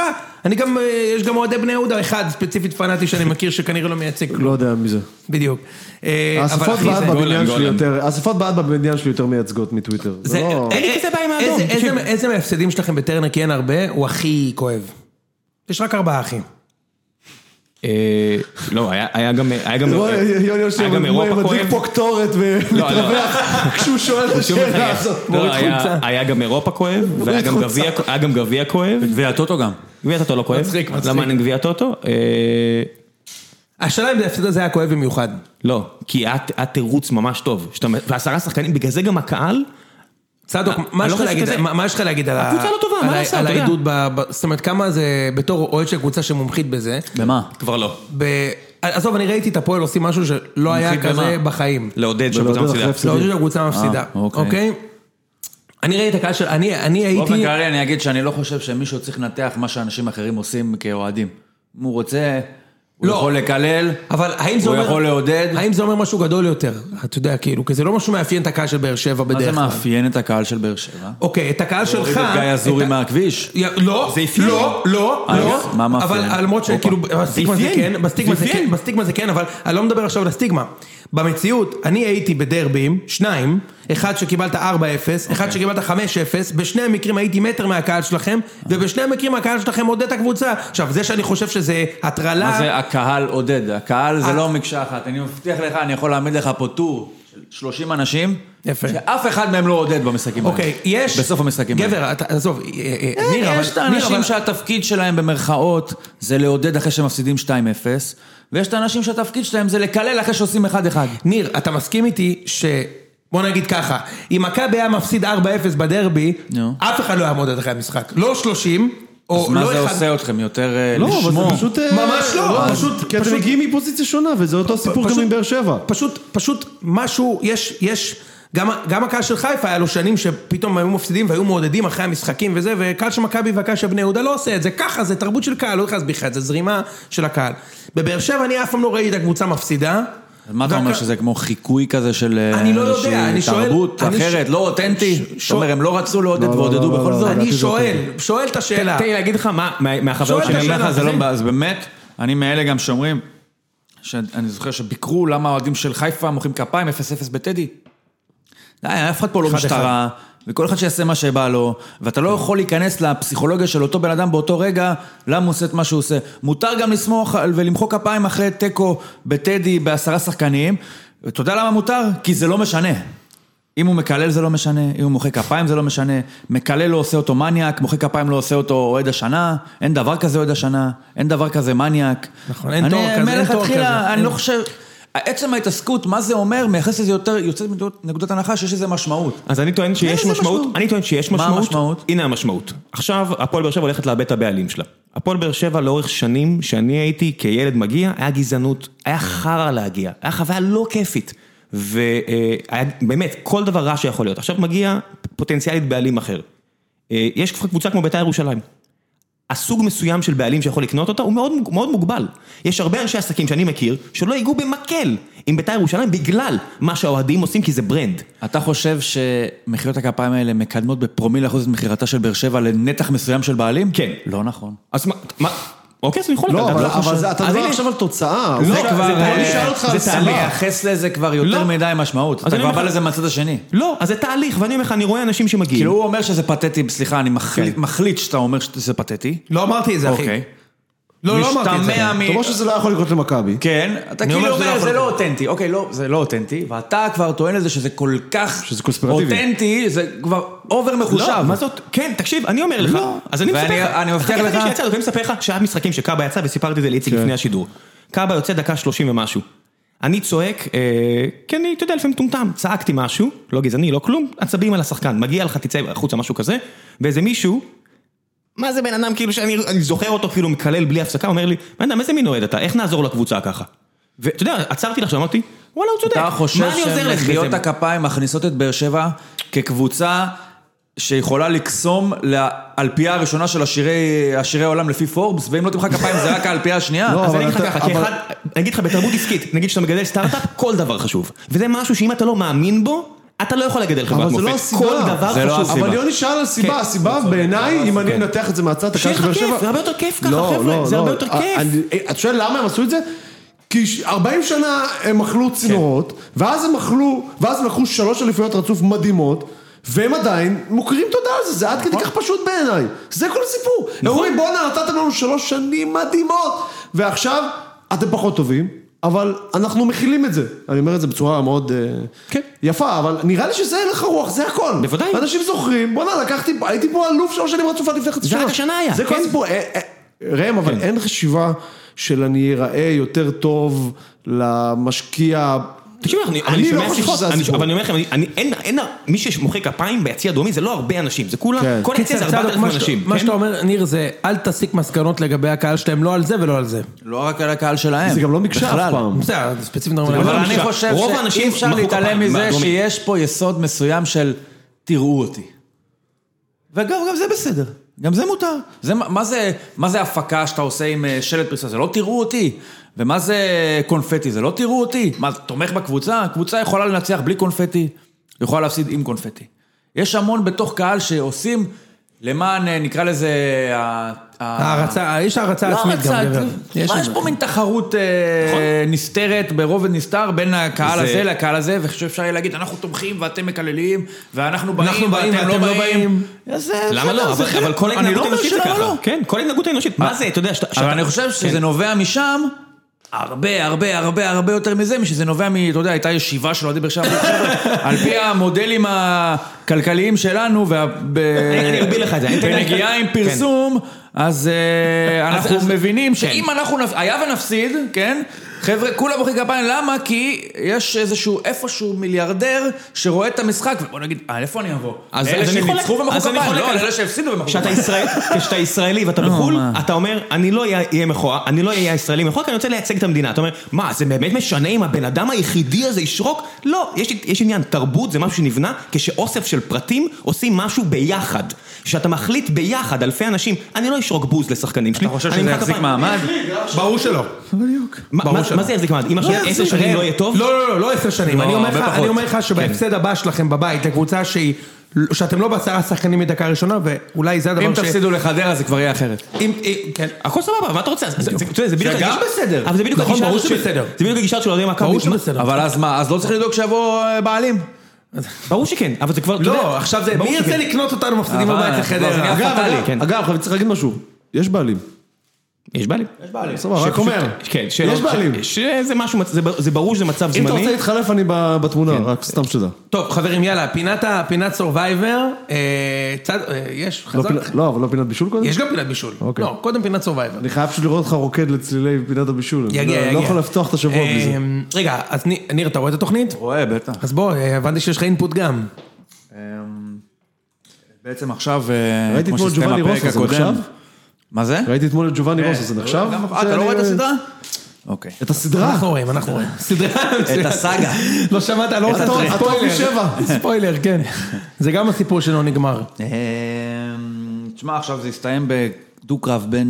יש גם אוהדי בני יהודה אחד ספציפית פנאטי שאני מכיר שכנראה לא מייצג כלום. לא יודע מי זה. בדיוק. האספות בעד בבניין שלי יותר מייצגות מטוויטר. אין כזה בעיה עם האדום. איזה מהפסדים שלכם בטרנר, כי אין הרבה, הוא הכי כואב. יש רק 4 אחים. לא, היה גם אירופה כואב. מדליק פה קטורת ומתרווח כשהוא שואל את השאלה הזאת. היה גם אירופה כואב, והיה גם גביע כואב. גביע הטוטו גם. גביע הטוטו לא כואב. למה אין גביע הטוטו? השאלה אם ההפסד הזה היה כואב במיוחד. לא, כי היה תירוץ ממש טוב. ו10 שחקנים, בגלל זה גם הקהל... צדוק, מה יש לך להגיד על הקבוצה לא טובה, מה לעשות? על העידוד, זאת אומרת, כמה זה בתור אוהד של קבוצה שמומחית בזה? במה? כבר לא. עזוב, אני ראיתי את הפועל עושים משהו שלא היה כזה בחיים. לעודד שהקבוצה מפסידה. לעודד שהקבוצה מפסידה, אוקיי? אני ראיתי את הקהל של, אני הייתי... באופן כללי אני אגיד שאני לא חושב שמישהו צריך לנתח מה שאנשים אחרים עושים כאוהדים. אם הוא רוצה... הוא יכול לקלל, הוא יכול לעודד. האם זה אומר משהו גדול יותר? אתה יודע, כאילו, כי זה לא משהו מאפיין את הקהל של באר שבע בדרך כלל. מה זה מאפיין את הקהל של באר שבע? אוקיי, את הקהל שלך... להוריד את גיא אזורי מהכביש? לא, לא. מה מאפיין? אבל למרות שכאילו, בסטיגמה זה כן, אבל אני לא מדבר עכשיו על הסטיגמה. במציאות, אני הייתי בדרבים, 2, אחד שקיבלת 4-0, אחד שקיבלת 5-0, בשני המקרים הייתי מטר מהקהל שלכם, ובשני המקרים הקהל שלכם עודד את הקבוצה. עכשיו, זה שאני חושב שזה הטרלה... מה זה הקהל עודד? הקהל זה לא מקשה אחת. אני מבטיח לך, אני יכול להעמיד לך פה טור של 30 אנשים, שאף אחד מהם לא עודד במשחקים האלה. אוקיי, יש... בסוף המשחקים האלה. גבר, עזוב, ניר, אבל... יש את האנשים שהתפקיד שלהם במרכאות זה לעודד אחרי שהם מפסידים 2-0, ויש את האנשים שהתפקיד שלהם זה לקלל אחרי שעושים 1-1. ניר, אתה מסכים איתי בוא נגיד ככה, אם מכבי היה מפסיד 4-0 בדרבי, אף אחד לא יעמוד אחרי המשחק. לא 30, אז מה זה עושה אתכם? יותר לשמור? לא, אבל זה פשוט... ממש לא, פשוט... כי אתם מגיעים מפוזיציה שונה, וזה אותו סיפור גם עם באר שבע. פשוט משהו, יש... גם הקהל של חיפה היה לו שנים שפתאום היו מפסידים והיו מעודדים אחרי המשחקים וזה, וקהל של מכבי והקהל של בני יהודה לא עושה את זה, ככה, זה תרבות של קהל, לא יכול להסביר לך, זה זרימה של הקהל. בבאר שבע אני אף פעם לא ראיתי את הקבוצה מפסידה. מה אתה אומר שזה כמו חיקוי כזה של תרבות אחרת, לא אותנטי? זאת אומרת, הם לא רצו לעודד ועודדו בכל זאת. אני שואל את השאלה. תן לי להגיד לך מהחברות שאני אומר לך, זה לא... אז באמת, אני מאלה גם שאומרים, שאני זוכר שביקרו למה האוהדים של חיפה מוחאים כפיים 0-0 בטדי. די, אף אחד פה לא משטרה, וכל אחד שיעשה מה שבא לו, ואתה לא יכול להיכנס לפסיכולוגיה של אותו בן אדם באותו רגע, למה הוא עושה את מה שהוא עושה. מותר גם לסמוך ולמחוא כפיים אחרי טקו בטדי ב10 שחקנים, ואתה יודע למה מותר? כי זה לא משנה. אם הוא מקלל זה לא משנה, אם הוא מוחא כפיים זה לא משנה, מקלל לא עושה אותו מניאק, מוחא כפיים לא עושה אותו אוהד השנה, אין דבר כזה אוהד השנה, אין דבר כזה מניאק. נכון, אין תור כזה, אין תור כזה. אני לא חושב, עצם ההתעסקות, מה זה אומר, מייחס לזה יותר, יוצאת מנקודת הנחה שיש לזה משמעות. אז אני טוען שיש משמעות, אני טוען שיש משמעות. מה המשמעות? הנה המשמעות. עכשיו, הפועל באר שבע הולכת לאבד את הבעלים שלה. הפועל באר שבע לאורך שנים, שאני הייתי כילד מגיע, היה גזענות, היה חרא להגיע, היה חוויה לא כיפית. ובאמת, כל דבר רע שיכול להיות. עכשיו מגיע פוטנציאלית בעלים אחר. יש קבוצה כמו בית"ר ירושלים. הסוג מסוים של בעלים שיכול לקנות אותה הוא מאוד, מאוד מוגבל. יש הרבה אנשי עסקים שאני מכיר שלא ייגעו במקל עם בית"ר ירושלים בגלל מה שהאוהדים עושים כי זה ברנד. אתה חושב שמחירות הכפיים האלה מקדמות בפרומיל אחוז את מחירתה של באר שבע לנתח מסוים של בעלים? כן. לא נכון. אז מה? אוקיי, אז אני יכול לא, לקחת. אבל אתה דבר עכשיו על תוצאה. זה כבר, זה מייחס לזה כבר יותר מדי משמעות. אתה כבר בא לזה מהצד השני. לא, אז זה תהליך, ואני אומר לך, אני רואה אנשים שמגיעים. כאילו הוא אומר שזה פתטי, סליחה, אני מחליט שאתה אומר שזה פתטי. לא אמרתי את זה, אחי. אוקיי. לא אמרתי את זה. אתה אומר שזה לא יכול לקרות למכבי. כן, אתה כאילו אומר, זה לא אותנטי. אוקיי, לא, זה לא אותנטי, ואתה כבר טוען לזה שזה כל כך אותנטי, זה כבר אובר מחושב. לא, מה זאת? כן, תקשיב, אני אומר לך. אז אני מבטיח לך. אני מספר לך שהיה משחקים שקאבה יצא, וסיפרתי את זה לאיציק לפני השידור. קאבה יוצא דקה 30 ומשהו. אני צועק, כן, אתה יודע, לפעמים טומטם, צעקתי משהו, לא גזעני, לא כלום, עצבים על השחקן, מגיע לך, תצא החוצה משהו כזה, ואיזה מישהו, מה זה בן אדם כאילו שאני זוכר אותו אפילו מקלל בלי הפסקה, אומר לי, בן אדם, איזה מין אוהד אתה, איך נעזור לקבוצה ככה? ואתה יודע, עצרתי לך שאמרתי, וואלה, הוא צודק. אתה חושב שמחיאות הכפיים מכניסות את באר שבע כקבוצה שיכולה לקסום לאלפייה הראשונה של השירי העולם לפי פורבס, ואם לא תמחא כפיים זה רק האלפייה השנייה. אז אני אגיד לך ככה, כאחד, נגיד לך בתרבות עסקית, נגיד שאתה מגדל סטארט-אפ, כל דבר חשוב. וזה משהו שאם אתה לא מאמין בו, אתה לא יכול לגדל חברת מופת. אבל זה לא הסיבה. אבל יוני שאל על סיבה, הסיבה בעיניי, אם אני מנתח את זה מהצד, שיהיה לך כיף, זה הרבה יותר כיף ככה, חבר'ה, זה הרבה יותר כיף. את שואל למה הם עשו את זה? כי 40 שנה הם אכלו צינורות, ואז הם לקחו 3 אליפויות רצוף מדהימות, והם עדיין מוכרים תודה על זה, זה עד כדי כך פשוט בעיניי. זה כל הסיפור. הם אומרים, בואו נתתם לנו 3 שנים מדהימות, ועכשיו אתם פחות טובים, אבל אנחנו מכילים את זה. אני אומר את זה בצורה מאוד יפה, אבל נראה לי שזה הלך הרוח, זה הכל. בוודאי. אנשים זוכרים, בואו הייתי פה אלוף 3 שנים רצופה לפני חצי שנה. זה רק השנה היה. זה כל הסיפור. ראם, אבל אין חשיבה של אני אראה יותר טוב למשקיע. תקשיב, אני לא חושב שזה הסיפור. אבל אני אומר לכם, אין מי שמוחא כפיים ביציע הדרומי, זה לא הרבה אנשים, זה כולם, כל היציע זה 4,000 אנשים. מה שאתה אומר, ניר, זה אל תסיק מסקנות לגבי הקהל שלהם, לא על זה ולא על זה. לא רק על הקהל שלהם. זה גם לא מקשה אף פעם. זה ספציפית. אבל אני חושב שאי אפשר להתעלם מזה שיש פה יסוד מסוים של תראו אותי. וגם זה בסדר. גם זה מותר. מה זה הפקה שאתה עושה עם שלט פריסה? זה לא תראו אותי. ומה זה קונפטי? זה לא תראו אותי. מה, תומך בקבוצה? הקבוצה יכולה לנצח בלי קונפטי, יכולה להפסיד עם קונפטי. יש המון בתוך קהל שעושים למען, נקרא לזה, יש הערצה עצמית גם. יש פה מין תחרות נסתרת ברובד נסתר בין הקהל הזה לקהל הזה, ושאפשר יהיה להגיד, אנחנו תומכים ואתם מקללים, ואנחנו באים ואתם לא באים. למה לא? אבל כל ההתנהגות האנושית זה ככה. כן, כל ההתנהגות האנושית. מה זה? אתה יודע, אבל אני חושב שזה נובע משם, הרבה יותר מזה, משזה נובע אתה יודע, הייתה ישיבה של אוהדי באר שבע, על פי המודלים הכלכליים שלנו, בנגיעה עם פרסום, אז אנחנו מבינים שאם אנחנו, היה ונפסיד, כן? חבר'ה, כולם מוחאים כפיים, למה? כי יש איפשהו מיליארדר שרואה את המשחק, ובוא נגיד, איפה אני אבוא? אלה שניצחו ומחאו כפיים, לא, אלה שהפסידו ומחאו כפיים. כשאתה ישראלי ואתה בחול, אתה אומר, אני לא אהיה ישראלי מחול, כי אני רוצה לייצג את המדינה. אתה אומר, מה, זה באמת משנה אם הבן אדם היחידי הזה ישרוק? לא, יש עניין, תרבות זה משהו שנבנה, כשאוסף של פרטים עושים משהו ביחד. שאתה מחליט ביחד, אלפי אנשים, אני לא אשרוק בוז לשחקנים שלי. אתה חושב שזה יחזיק מעמד? ברור שלא. מה זה יחזיק מעמד? אם 10 שנים לא יהיה טוב? לא 10 שנים. אני אומר לך שבהפסד הבא שלכם בבית, לקבוצה שאתם לא ב10 שחקנים מדקה ראשונה, ואולי זה הדבר אם תפסידו לחדרה זה כבר יהיה אחרת. כן, הכל סבבה, מה אתה רוצה? זה גם בסדר. אבל זה בדיוק הגישה של אוהדי מכבי. אבל אז מה? אז לא צריך לדאוג שיבוא בעלים? ברור שכן, אבל זה כבר, אתה יודע... לא, עכשיו זה, מי ירצה לקנות אותנו מפסידים בבית לחדרה? אגב, אני צריך להגיד משהו, יש בעלים. יש בעלים. סבבה, רק אומר. כן, יש בעלים. שזה משהו, זה ברור שזה מצב זמני. אם אתה רוצה להתחלף אני בתמונה, רק סתם שתדע. טוב, חברים, יאללה, פינת סורווייבר, יש, חזק? לא, אבל לא פינת בישול קודם? יש גם פינת בישול. לא, קודם פינת סורווייבר. אני חייב פשוט לראות אותך רוקד לצלילי פינת הבישול. יגיע. לא יכול לפתוח את השבוע בלי זה. רגע, אז ניר, אתה רואה את התוכנית? רואה, בטח. אז בוא, הבנתי שיש לך אינפוט גם. בעצם עכשיו, ראיתי כמו אתמול שהסתיים ג'ובאני הפרק רוסו, זה הקודם. נחשב? מה זה? ראיתי אתמול את ג'ובאני רוסו, זה נחשב? אתה לא רואה את הסדרה? אוקיי. את הסדרה? אנחנו רואים. סדרה. את הסאגה. לא שמעת, לא רוצה הטוב משבע. ספוילר, כן. זה גם הסיפור שלו נגמר. תשמע, עכשיו זה הסתיים בדו-קרב בין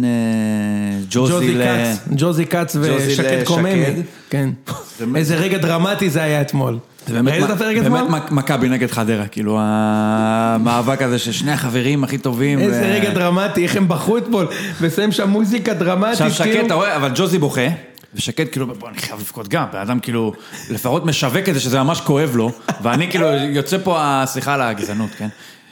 ג'וזי קאץ ושקד קוממי. כן. איזה רגע דרמטי זה היה אתמול. ראית את הפרק אתמול? באמת מכבי נגד חדרה, כאילו המאבק הזה ששני החברים הכי טובים. איזה רגע דרמטי, איך הם בחרו אתמול, ושמים שם מוזיקה דרמטית. עכשיו שקד, אתה רואה, אבל ג'וזי בוכה, ושקד כאילו, בוא אני חייב לבכות גם, האדם כאילו, לפחות משווק את זה שזה ממש כואב לו, ואני כאילו יוצא פה, סליחה על הגזענות, כן?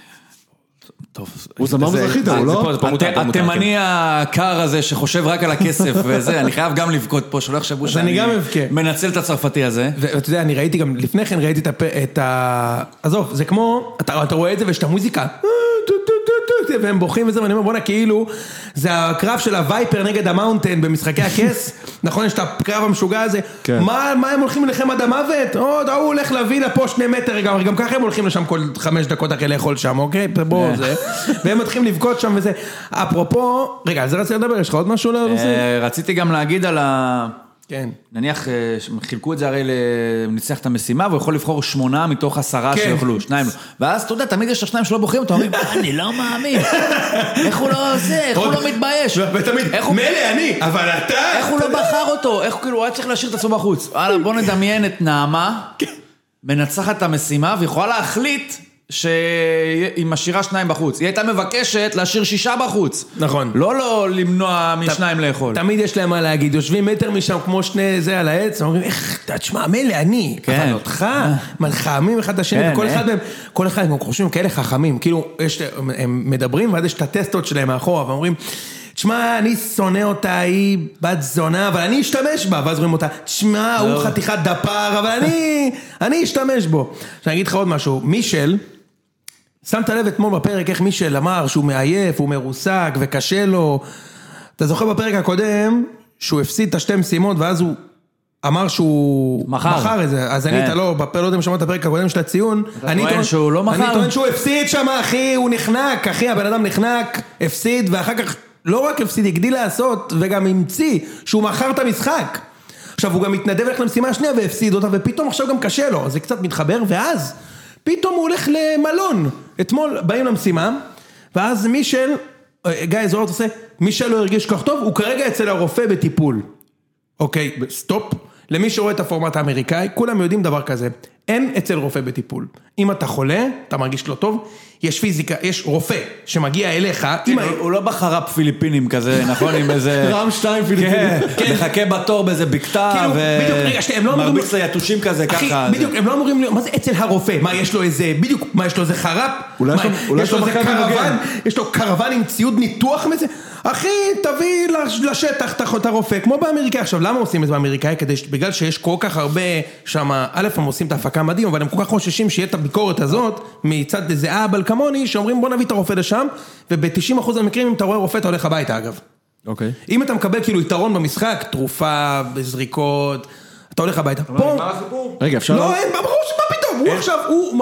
טוב, הוא זמר מזרחית, הוא לא? התימני הקר הזה שחושב רק על הכסף וזה, אני חייב גם לבכות פה, שלא יחשבו שאני מנצל את הצרפתי הזה. ואתה יודע, אני ראיתי גם, לפני כן ראיתי את עזוב, זה כמו, אתה רואה את זה ויש את המוזיקה, והם בוכים וזה, ואני אומר, בוא'נה, כאילו, זה הקרב של הווייפר נגד המאונטן במשחקי הכס, נכון, יש את הקרב המשוגע הזה, מה הם הולכים לכם עד המוות? עוד, הוא הולך להביא לפה 2 מטר, גם ככה הם הולכים לשם כל 5 דקות אחרי לאכול שם, אוקיי? בואו זה, והם מתחילים לבכות שם וזה. אפרופו, רגע, על זה רציתי לדבר, יש לך עוד משהו לנושא? רציתי גם להגיד על ה... כן. נניח, חילקו את זה הרי לניצח את המשימה, והוא יכול לבחור 8 מתוך 10 שיוכלו, 2 לא. ואז אתה יודע, תמיד יש 2 שלא בוחרים, אתה אומר, אני לא מאמין. איך הוא לא עושה, איך הוא לא מתבייש. ותמיד, מלא אני, אבל אתה... איך הוא לא בחר אותו, איך הוא כאילו, הוא היה צריך להשאיר את עצמו בחוץ. בוא נדמיין את נעמה, מנצחת את המשימה, ויכולה להחליט שהיא משאירה 2 בחוץ. היא הייתה מבקשת להשאיר 6 בחוץ. נכון. לא למנוע מ2 לאכול. תמיד יש להם מה להגיד, יושבים מטר משם כמו 2 זה על העץ, אומרים, איך, תשמע, מלא, אני, אבל אותך, מלחמים אחד השני, וכל אחד מהם, כל אחד הם חושבים כאלה חכמים, כאילו, הם מדברים, ואז יש את הטסטות שלהם מאחורה, ואומרים, תשמע, אני שונא אותה, היא בת זונה, אבל אני אשתמש בה, ואז רואים אותה, תשמע, הוא חתיכת דפר, אבל אני אשתמש בו. שאני אגיד לך עוד משהו, מישל, שמת לב אתמול בפרק איך מישל אמר שהוא מעייף, הוא מרוסק וקשה לו. אתה זוכר בפרק הקודם שהוא הפסיד את 2 משימות ואז הוא אמר שהוא מחר את זה. אז אני, אתה לא יודע אם שמעת את הפרק הקודם של הציון. אני טוען שהוא הפסיד שם, אחי, הוא נחנק, אחי, הבן אדם נחנק, הפסיד, ואחר כך לא רק הפסיד, הגדיל לעשות וגם המציא שהוא מחר את המשחק. עכשיו הוא גם מתנדב לך למשימה השנייה והפסיד אותה, ופתאום עכשיו גם קשה לו, זה קצת מתחבר, ואז פתאום הוא הולך למלון. אתמול באים למשימה, ואז מישל, גיא זוהר עושה, מישל לא הרגיש כך טוב, הוא כרגע אצל הרופא בטיפול. אוקיי, סטופ. למי שרואה את הפורמט האמריקאי, כולם יודעים דבר כזה. אין אצל רופא בטיפול. אם אתה חולה, אתה מרגיש לא טוב, יש פיזיקה, יש רופא שמגיע אליך. הוא לא בחרפ פיליפינים כזה, נכון? עם איזה... רם 2 פיליפינים. מחכה בתור באיזה בקתה, ומרביץ ליתושים כזה, ככה. בדיוק, הם לא אמורים להיות, מה זה אצל הרופא? מה, יש לו איזה, בדיוק, מה, יש לו איזה חרפ? יש לו איזה קרוון? יש לו קרוון עם ציוד ניתוח מזה? אחי, תביא לשטח את הרופא, כמו באמריקאי. עכשיו, למה עושים את זה באמריקאי? בגלל שיש כל כך הרבה שם, א' הם עושים את ההפקה מדהים, אבל הם כל כך חוששים שיהיה את הביקורת הזאת, מצד איזה אבל כמוני, שאומרים בוא נביא את הרופא לשם, וב-90% המקרים, אם אתה רואה רופא, אתה הולך הביתה, אגב. אוקיי. אם אתה מקבל כאילו יתרון במשחק, תרופה, בזריקות, אתה הולך הביתה. פה... רגע, אפשר... לא, אין, ברור שמה פתאום, הוא עכשיו,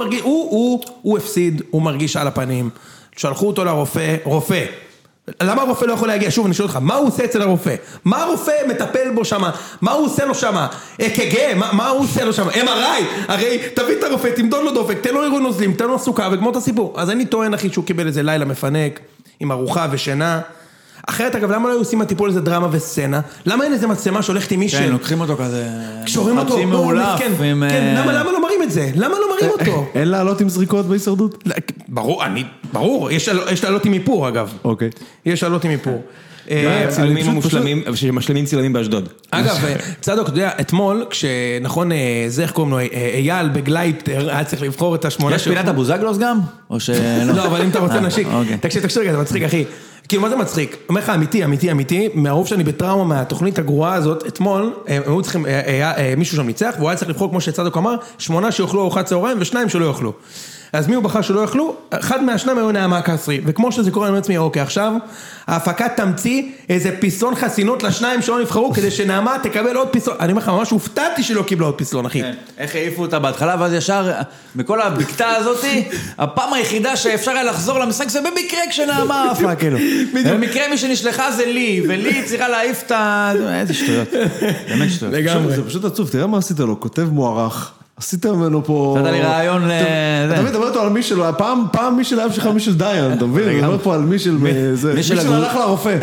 הוא הפסיד, הוא מרגיש על הפנים, שלחו אותו לרופא, רופא. למה הרופא לא יכול להגיע? שוב, אני שואל אותך, מה הוא עושה אצל הרופא? מה הרופא מטפל בו שם? מה הוא עושה לו שם? אק"ג, מה הוא עושה לו שם? MRI, הרי תביא את הרופא, תמדוד לו דופק, תן לו אירוי נוזלים, תן לו סוכר וגמור את הסיפור. אז אני טוען, אחי, שהוא קיבל איזה לילה מפנק, עם ארוחה ושינה. אחרת, אגב, למה לא עושים הטיפול איזה דרמה וסצנה? למה אין איזה מצלמה שהולכת עם מישל? כן, לוקחים אותו כזה... קשורים אותו, חצי מעולף. כן, למה לא מראים מראים את זה? למה לא מראים אותו? אין לעלות עם זריקות בהישרדות? ברור, יש לעלות עם איפור אגב. אוקיי. יש לעלות עם איפור. צילומים המושלמים, שמשלימים צילמים באשדוד. אגב, צדוק, אתה יודע, אתמול, כשנכון, זה איך קוראים לו, אייל בגלייפטר, היה צריך לבחור את השמונה יש פינת הבוזגלוס גם? או ש... לא, אבל אם אתה רוצה נשיק, תקשיב, זה מצחיק, אחי. כאילו, מה זה מצחיק? אומר לך, אמיתי, מהרוב שאני בטראומה מהתוכנית הגרועה הזאת, אתמול, היו צריכים, מישהו שם ניצח, והוא היה צריך לבחור, כמו שצדוק אמר, 8 שיאכלו ארוחת צהריים ו2 שלא יאכלו. אז מי הוא בחר שלא יאכלו? אחד מהשניים היו נעמה קסרי, וכמו שזה קורה, אני אומר לעצמי, אוקיי, עכשיו, ההפקה תמציא איזה פיסון חסינות לשניים שלא נבחרו, כדי שנעמה תקבל עוד פיסון. אני אומר לך, ממש הופתעתי שלא קיבלה עוד פיסון, אחי. איך העיפו אותה בהתחלה, ואז ישר, מכל הבקתה הזאת, הפעם היחידה שאפשר היה לחזור למשחק, זה במקרה כשנעמה עפה, כאילו. במקרה מי שנשלחה זה לי, ולי צריכה להעיף את ה... איזה שטויות. באמת שטויות. לגמרי. זה פשוט עצוב, תראה מה עשית לו, כותב מוערך. עשית ממנו פה... נתת לי רעיון אתה מדבר אותו על מישל, פעם מישל היה שלך מישל דיין, אתה מבין? אני מדבר פה על מישל... מישל הלך לרופא.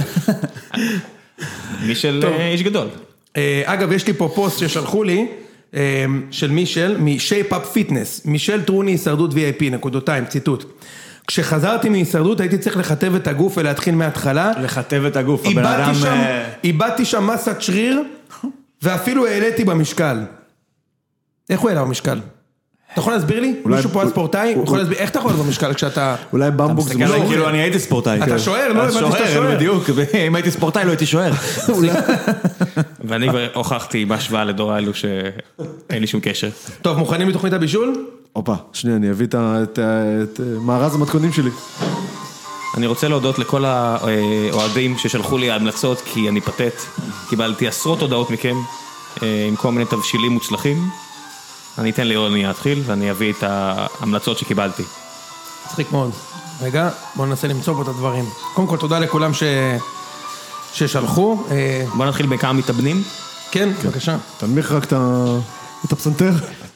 מישל איש גדול. אגב, יש לי פה פוסט ששלחו לי, של מישל, מ-Shape Up Fitness, מישל טרוני הישרדות VIP, נקודותיים, ציטוט. כשחזרתי מהישרדות הייתי צריך לכתב את הגוף ולהתחיל מההתחלה. לכתב את הגוף, הבן אדם... איבדתי שם מסת שריר, ואפילו העליתי במשקל. איך הוא העלה במשקל? אתה יכול להסביר לי? מישהו פה הספורטאי? איך אתה יכול לעלות במשקל כשאתה... אולי במבוקס... כאילו אני הייתי ספורטאי. אתה שוער, לא הבנתי שאתה שוער. בדיוק, אם הייתי ספורטאי לא הייתי שוער. ואני כבר הוכחתי בהשוואה לדור האלו שאין לי שום קשר. טוב, מוכנים לתוכנית הבישול? הופה, שנייה, אני אביא את מארז המתכונים שלי. אני רוצה להודות לכל האוהדים ששלחו לי ההמלצות, כי אני פתט. קיבלתי עשרות הודעות מכם, עם כל מיני תבשילים מוצלחים. אני אתן ליוני להתחיל, ואני אביא את ההמלצות שקיבלתי. מצחיק מאוד. רגע, בואו ננסה למצוא פה את הדברים. קודם כל, תודה לכולם ששלחו. בואו נתחיל בכמה מתאבנים. כן, בבקשה. תנמיך רק את הפסנתר.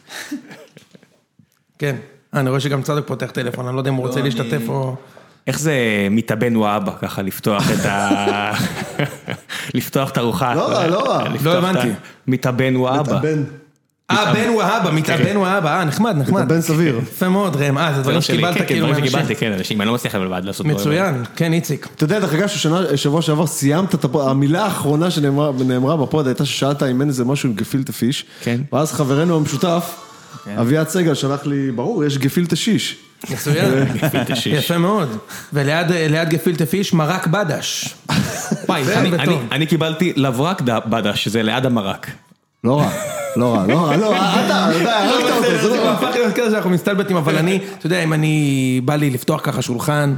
כן. אני רואה שגם צדוק פותח טלפון, אני לא יודע אם הוא רוצה להשתתף או... איך זה מתאבן הוא האבא, ככה לפתוח את לפתוח את הארוחה. לא רע, לא רע. לא הבנתי. מתאבן הוא האבא. בן הוא האבא, מתאבן הוא האבא, נחמד. מתאבן סביר. יפה מאוד, ראם, זה דברים שקיבלת כאילו מאנשים. שקיבלתי, כן, אנשים, אני לא מצליח לבד לעשות דברים. מצוין, כן, איציק. אתה יודע, דרך אגב, שבוע שעבר סיימת את הפוד, המילה האחרונה שנאמרה בפוד הייתה ששאלת אם אין איזה משהו עם גפילטה פיש. כן. ואז חברנו המשותף, אביעד סגל, שלח לי, ברור, יש גפילטה שיש. מצוין. יפה מאוד. וליד גפילטה פיש, מרק בדש. אני קיבלתי לברק בדש, שזה ליד המרק. לא רע, אתה יודע, הרגת אותו, זה לא רע. הפך להיות כזה שאנחנו מסתלבטים, אבל אני, אתה יודע, אם אני בא לי לפתוח ככה שולחן,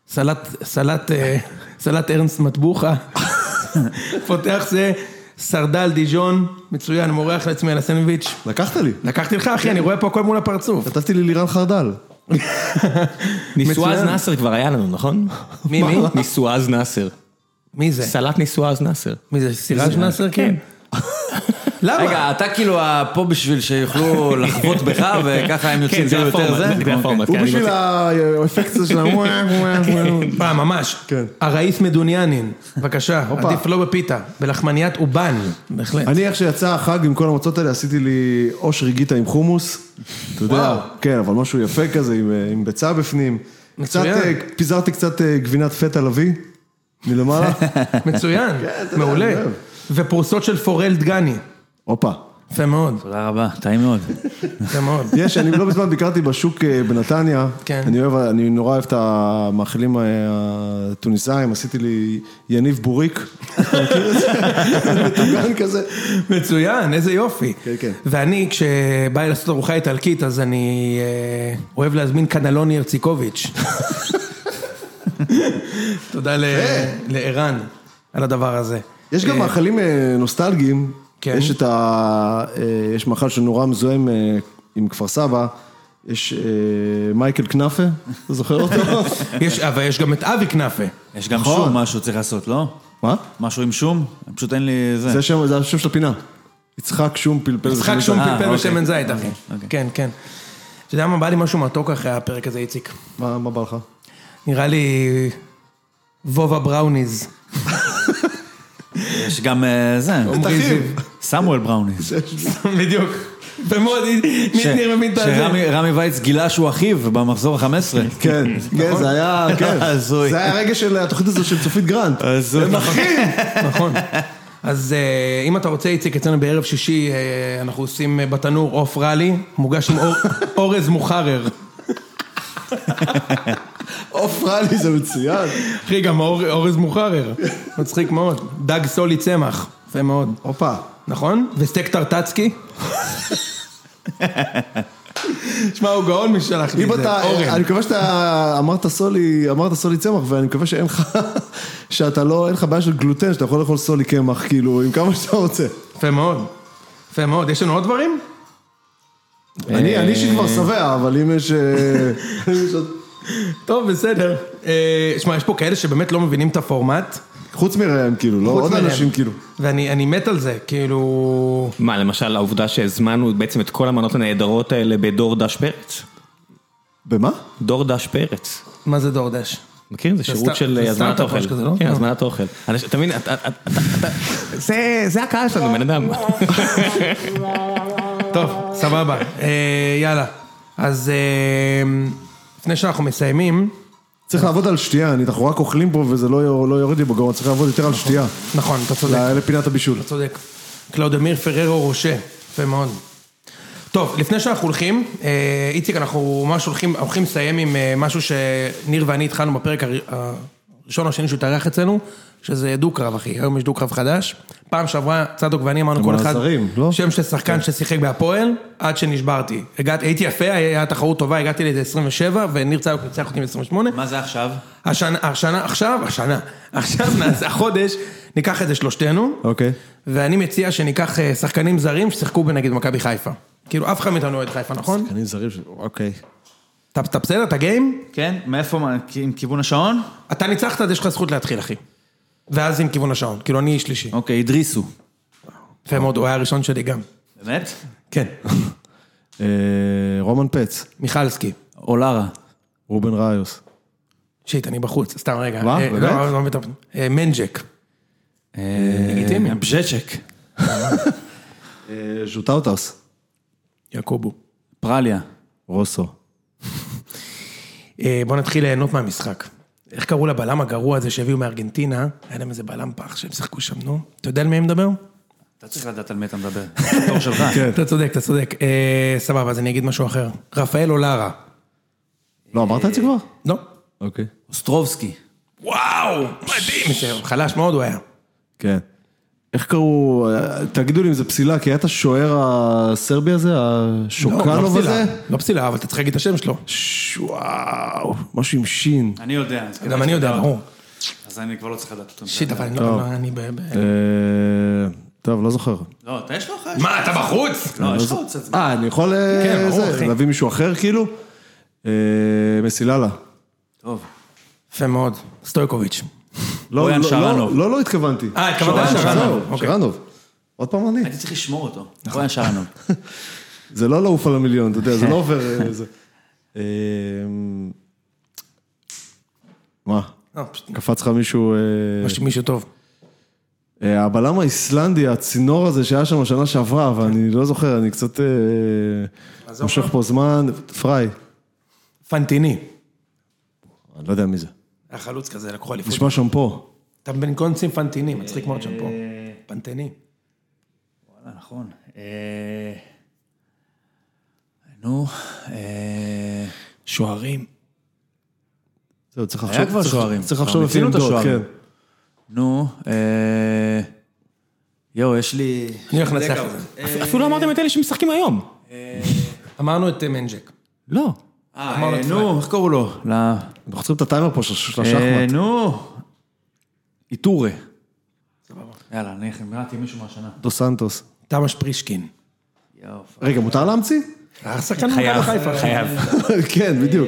סלט ארנסט מטבוחה, פותח זה, סרדל דיז'ון, מצוין, מורח לעצמי על הסנדוויץ'. לקחת לי. לקחתי לך, אחי, אני רואה פה הכל מול הפרצוף. כתבתי לי לירן חרדל. ניסואז נאסר כבר היה לנו, נכון? מי? ניסואז נאסר. מי זה? סלט ניסואז נאסר. מי זה? סיראז' נאסר? כן. למה? רגע, אתה כאילו פה בשביל שיוכלו לחוות בך, וככה הם יוצאים כאילו יותר זה? זה הפורמט. הוא בשביל האפקט הזה של פעם, ממש. הרעיס מדוניאנין, בבקשה, עדיף לא בפיתה, בלחמניית אובן, בהחלט. אני איך שיצא החג עם כל המצות האלה, עשיתי לי או שריגיטה עם חומוס, אתה יודע, כן, אבל משהו יפה כזה, עם ביצה בפנים. פיזרתי קצת גבינת פטה לביא, מלמעלה. מצוין, מעולה. ופרוסות של פורל דגני. הופה. יפה מאוד. תודה רבה, טעים מאוד. יפה מאוד. יש, אני לא בזמן ביקרתי בשוק בנתניה, כן. אני נורא אוהב את המאכלים הטוניסאים, עשיתי לי יניב בוריק, מטוגן כזה. מצוין, איזה יופי. כן, כן. ואני, כשבא לי לעשות ארוחה איטלקית, אז אני אוהב להזמין קנלוני ארציקוביץ'. תודה לערן על הדבר הזה. יש גם מאכלים נוסטלגיים, יש מאכל שנורא מזוהם עם כפר סבא, יש מייקל כנאפה, אתה זוכר אותו? אבל יש גם את אבי כנאפה. יש גם שום משהו צריך לעשות, לא? מה? משהו עם שום? פשוט אין לי זה. זה השם של הפינה. יצחק שום פלפל בשמן זית. יצחק שום פלפל בשמן זית, אחי. כן, כן. אתה יודע מה, בא לי משהו מתוק אחרי הפרק הזה, איציק. מה בא לך? נראה לי וובה בראוניז. יש גם זה. סמואל בראוניז. בדיוק. ומאוד, ניר מבין את זה. שרמי וייץ גילה שהוא אחיו במחזור ה-15. כן, זה היה, כן. זה היה הרגע של התוכנית הזו של צופית גרנט. הם אחים. נכון. אז אם אתה רוצה, איציק, אצלנו בערב שישי, אנחנו עושים בתנור עוף רלי, מוגש עם אורז מוחרר. עוף רלי זה מצוין. אחי, גם אורז מוחרר. מצחיק מאוד. דג סולי צמח. יפה מאוד. הופה. נכון? וסטייק טרטצקי. שמע, הוא גאון מי שלח לי את זה. אני מקווה שאתה אמרת סולי צמח, ואני מקווה שאין לך, שאתה לא, אין לך בעיה של גלוטן, שאתה יכול לאכול סולי קמח, כאילו, עם כמה שאתה רוצה. יפה מאוד. יפה מאוד. יש לנו עוד דברים? אני שכבר שבע, אבל אם יש... טוב, בסדר. שמע, יש פה כאלה שבאמת לא מבינים את הפורמט. חוץ מרהם, כאילו, לא עוד אנשים, כאילו. ואני מת על זה, כאילו... מה, למשל, העובדה שהזמנו בעצם את כל המנות הנהדרות האלה בדור דש פרץ? במה? דור דש פרץ. מה זה דורדש? מכיר? זה שירות של הזמנת אוכל. כן, הזמנת אוכל. אתה מבין, זה הקהל שלנו, בן אדם. טוב, סבבה. יאללה. אז לפני שאנחנו מסיימים... צריך לעבוד על שתייה, אנחנו רק אוכלים פה וזה לא יורד לי בגרון, צריך לעבוד יותר על שתייה. נכון, אתה צודק. לפינת הבישול. אתה צודק. קלאודמיר פררו רושה, יפה מאוד. טוב, לפני שאנחנו הולכים, איציק, אנחנו ממש הולכים לסיים עם משהו שניר ואני התחלנו בפרק הראשון או השני שהוא תארח אצלנו, שזה דו-קרב, אחי. היום יש דו-קרב חדש. פעם שעברה, צדוק ואני אמרנו כל אחד שם של שחקן ששיחק בהפועל, עד שנשברתי. הייתי יפה, היה תחרות טובה, הגעתי לידי 27, וניר צדוק ניצח אותי ב-28. מה זה עכשיו? עכשיו, נעשה החודש, ניקח את זה שלושתנו, ואני מציע שניקח שחקנים זרים ששיחקו בנגיד מכבי חיפה. כאילו, אף אחד מאיתנו אוהד חיפה, נכון? שחקנים זרים, אוקיי. אתה בסדר? אתה גיים? כן, מאיפה, עם כיוון השעון? אתה ניצחת, אז יש לך זכות להתחיל, אחי. ואז עם כיוון השעון, כאילו אני שלישי. אוקיי, הדריסו. יפה מאוד, הוא היה הראשון שלי גם. באמת? כן. רומן פץ. מיכלסקי. אולרה. רובן ראיוס. שיט, אני בחוץ, סתם רגע. מה? באמת? מנג'ק. לגיטימי. בז'צ'ק. ז'וטאוטוס. יעקובו. פרליה. רוסו. בוא נתחיל ליהנות מהמשחק. איך קראו לבלם הגרוע הזה שהביאו מארגנטינה? היה להם איזה בלם פח שהם שחקו שם, נו? אתה יודע על מי הם מדבר? אתה צריך לדעת על מי אתה מדבר. תור שלך. אתה צודק. סבבה, אז אני אגיד משהו אחר. רפאל אולרה. לא, אמרת את זה כבר? לא. אוקיי. אוסטרובסקי. וואו, מדהים. חלש מאוד הוא היה. כן. איך קראו, תגידו לי אם זה פסילה, כי היה את השוער הסרבי הזה, השוקנוב הזה? לא פסילה, אבל אתה צריך להגיד את השם שלו. וואו, משהו עם שין. אני יודע. גם אני יודע, ברור. אז אני כבר לא צריך לדעת אותו. שיט, אבל אני טוב, לא זוכר. לא, אתה יש לו אחר. מה, אתה בחוץ? לא, יש לך עוד קצת זמן. אני יכול להביא מישהו אחר כאילו? מסיללה. טוב. יפה מאוד, סטויקוביץ'. לא התכוונתי. התכוונת לשרנוב. שרנוב. עוד פעם אני. הייתי צריך לשמור אותו. רואה שרנוב. זה לא לעוף על המיליון, אתה יודע, זה לא עובר איזה. מה? קפץ לך מישהו... מישהו טוב. הבלם האיסלנדי, הצינור הזה שהיה שם השנה שעברה, אבל אני לא זוכר, אני קצת מושך פה זמן, פריי. פנטיני. אני לא יודע מי זה. החלוץ כזה, לקחו אליפות. נשמע שם פה. אתה בן קונצים פנטיני, מצחיק מאוד שם פה. פנטיני. וואלה, נכון. נו, שוערים. זהו, צריך היה כבר שוערים. צריך לחשוב לפי עמדות, כן. נו, יש לי... אני הולך לנצח את זה. אפילו לא אמרתם את אלה שמשחקים היום. אמרנו את מנג'ק. לא. נו, איך קראו לו? אנחנו צריכים את הטיימר פה של השחמט. נו, איטורה. יאללה, אני אמרתי מישהו מהשנה. דו סנטוס. תמש פרישקין. רגע, מותר להמציא? חייב. כן, בדיוק.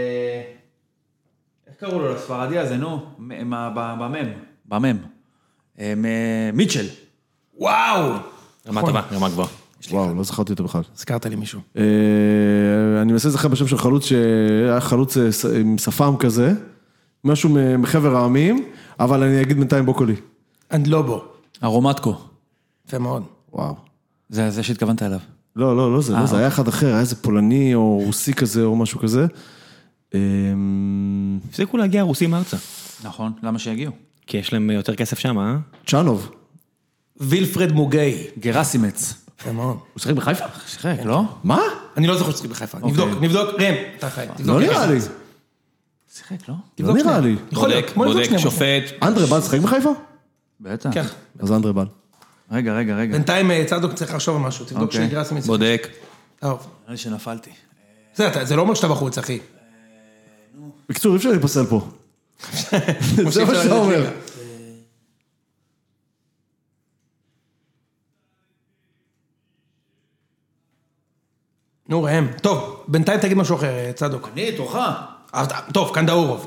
איך קראו לו לספרדי הזה, נו? במם. מיטשל. וואו! רמה טובה, רמה גבוהה. וואו, לא זכרתי אותו בכלל. הזכרת לי מישהו. אני מנסה לזכר בשם של חלוץ שהיה חלוץ עם שפם כזה, משהו מחבר העמים, אבל אני אגיד בינתיים בוקולי. אנדלובו. ארומטקו. יפה מאוד. וואו. זה שהתכוונת אליו. לא, זה היה אחד אחר, היה איזה פולני או רוסי כזה או משהו כזה. הפסיקו להגיע רוסים ארצה. נכון, למה שיגיעו? כי יש להם יותר כסף שם, אה? צ'אנוב. וילפרד מוגי. גרסימץ. הוא שיחק בחיפה? שיחק, לא? מה? אני לא זוכר שצריך בחיפה. נבדוק, ראם, אתה חי. לא נראה לי. שיחק, לא? לא נראה לי. בודק, שופט. אנדרבל שיחק בחיפה? בטח. כן. אז אנדרבל. רגע. בינתיים צדוק צריך לחשוב על משהו, תבדוק שגרסימץ. בודק. נראה לי שנפלתי. זה לא אומר שאתה בחוץ, אחי. בקיצור, אי אפשר להיפסל פה. זה מה שאתה אומר. נו, ראם. טוב, בינתיים תגיד משהו אחר, צדוק. אני, תורך. טוב, קנדאורוב.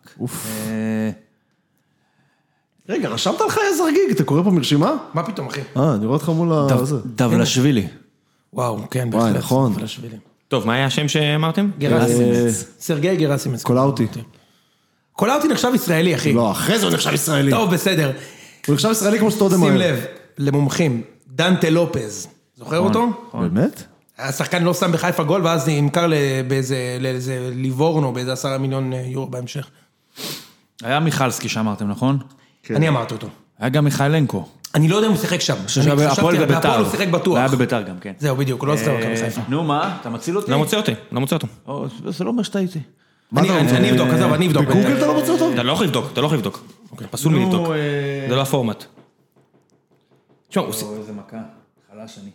רגע, רשמת לך איזה רגיג, אתה קורא פה מרשימה? מה פתאום, אחי? אני רואה אותך מול הזה. דבלשווילי. וואו, כן, וואי, בהחלט. נכון. דבלשווילי. טוב, מה היה השם שאמרתם? גרסימץ. סרגי גרסימץ. קולאוטי. קולאוטי נחשב ישראלי, אחי. לא, אחרי זה הוא נחשב ישראלי. טוב, בסדר. הוא נחשב ישראלי כמו סטודם. שים לב, למומחים, דנטה לופז. זוכר אותו? באמת? השחקן לא שם בחיפה גול, ואז נמכר לאיזה ליבורנו, באיזה 10 מיליון יורו בהמשך. היה מיכלסקי שאמרתם, נכון? אני אמרתי אותו. היה גם מיכאלנקו. אני לא יודע אם הוא שיחק שם. הפועל בביתר. בהפועל הוא שיחק בטוח. היה בביתר גם, כן. זהו, בדיוק, הוא לא זוכר מכבי חיפה. נו, מה? אתה מציל אותי? לא מוצא אותו. זה לא אומר שאתה איתי. אני אבדוק, עזוב, אני אבדוק. בגוגל אתה לא מוצא אותו? אתה לא יכול לבדוק. פסול מלבדוק. זה לא הפורמט. תשמע, איזה מכה. חלש אני.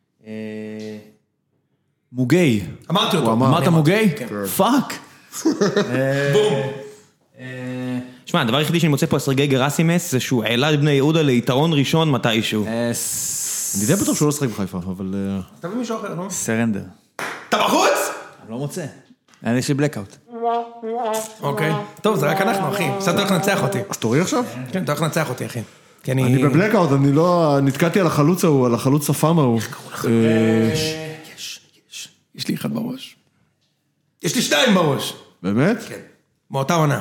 מוגי. אמרתי אותו. אמרת מוגי? פאק. בום. תשמע, הדבר היחידי שאני מוצא פה סרגי גרסימס, זה שהוא העלה את בני יהודה ליתרון ראשון מתישהו. אני די בטוח שהוא לא שחק בחיפה, אבל... תביא מישהו אחר, לא? סרנדר. אתה בחוץ? אני לא מוצא. היה לי בלקאוט. אוקיי. טוב, זה רק אנחנו, אחי. בסדר, אתה הולך לנצח אותי. אז תורי עכשיו? כן, אתה הולך לנצח אותי, אחי. אני בבלקאוט, אני לא... נתקעתי על החלוץ ההוא, על החלוץ שפם ההוא. יש לי אחד בראש. יש לי 2 בראש. באמת? כן. מאותה עונה.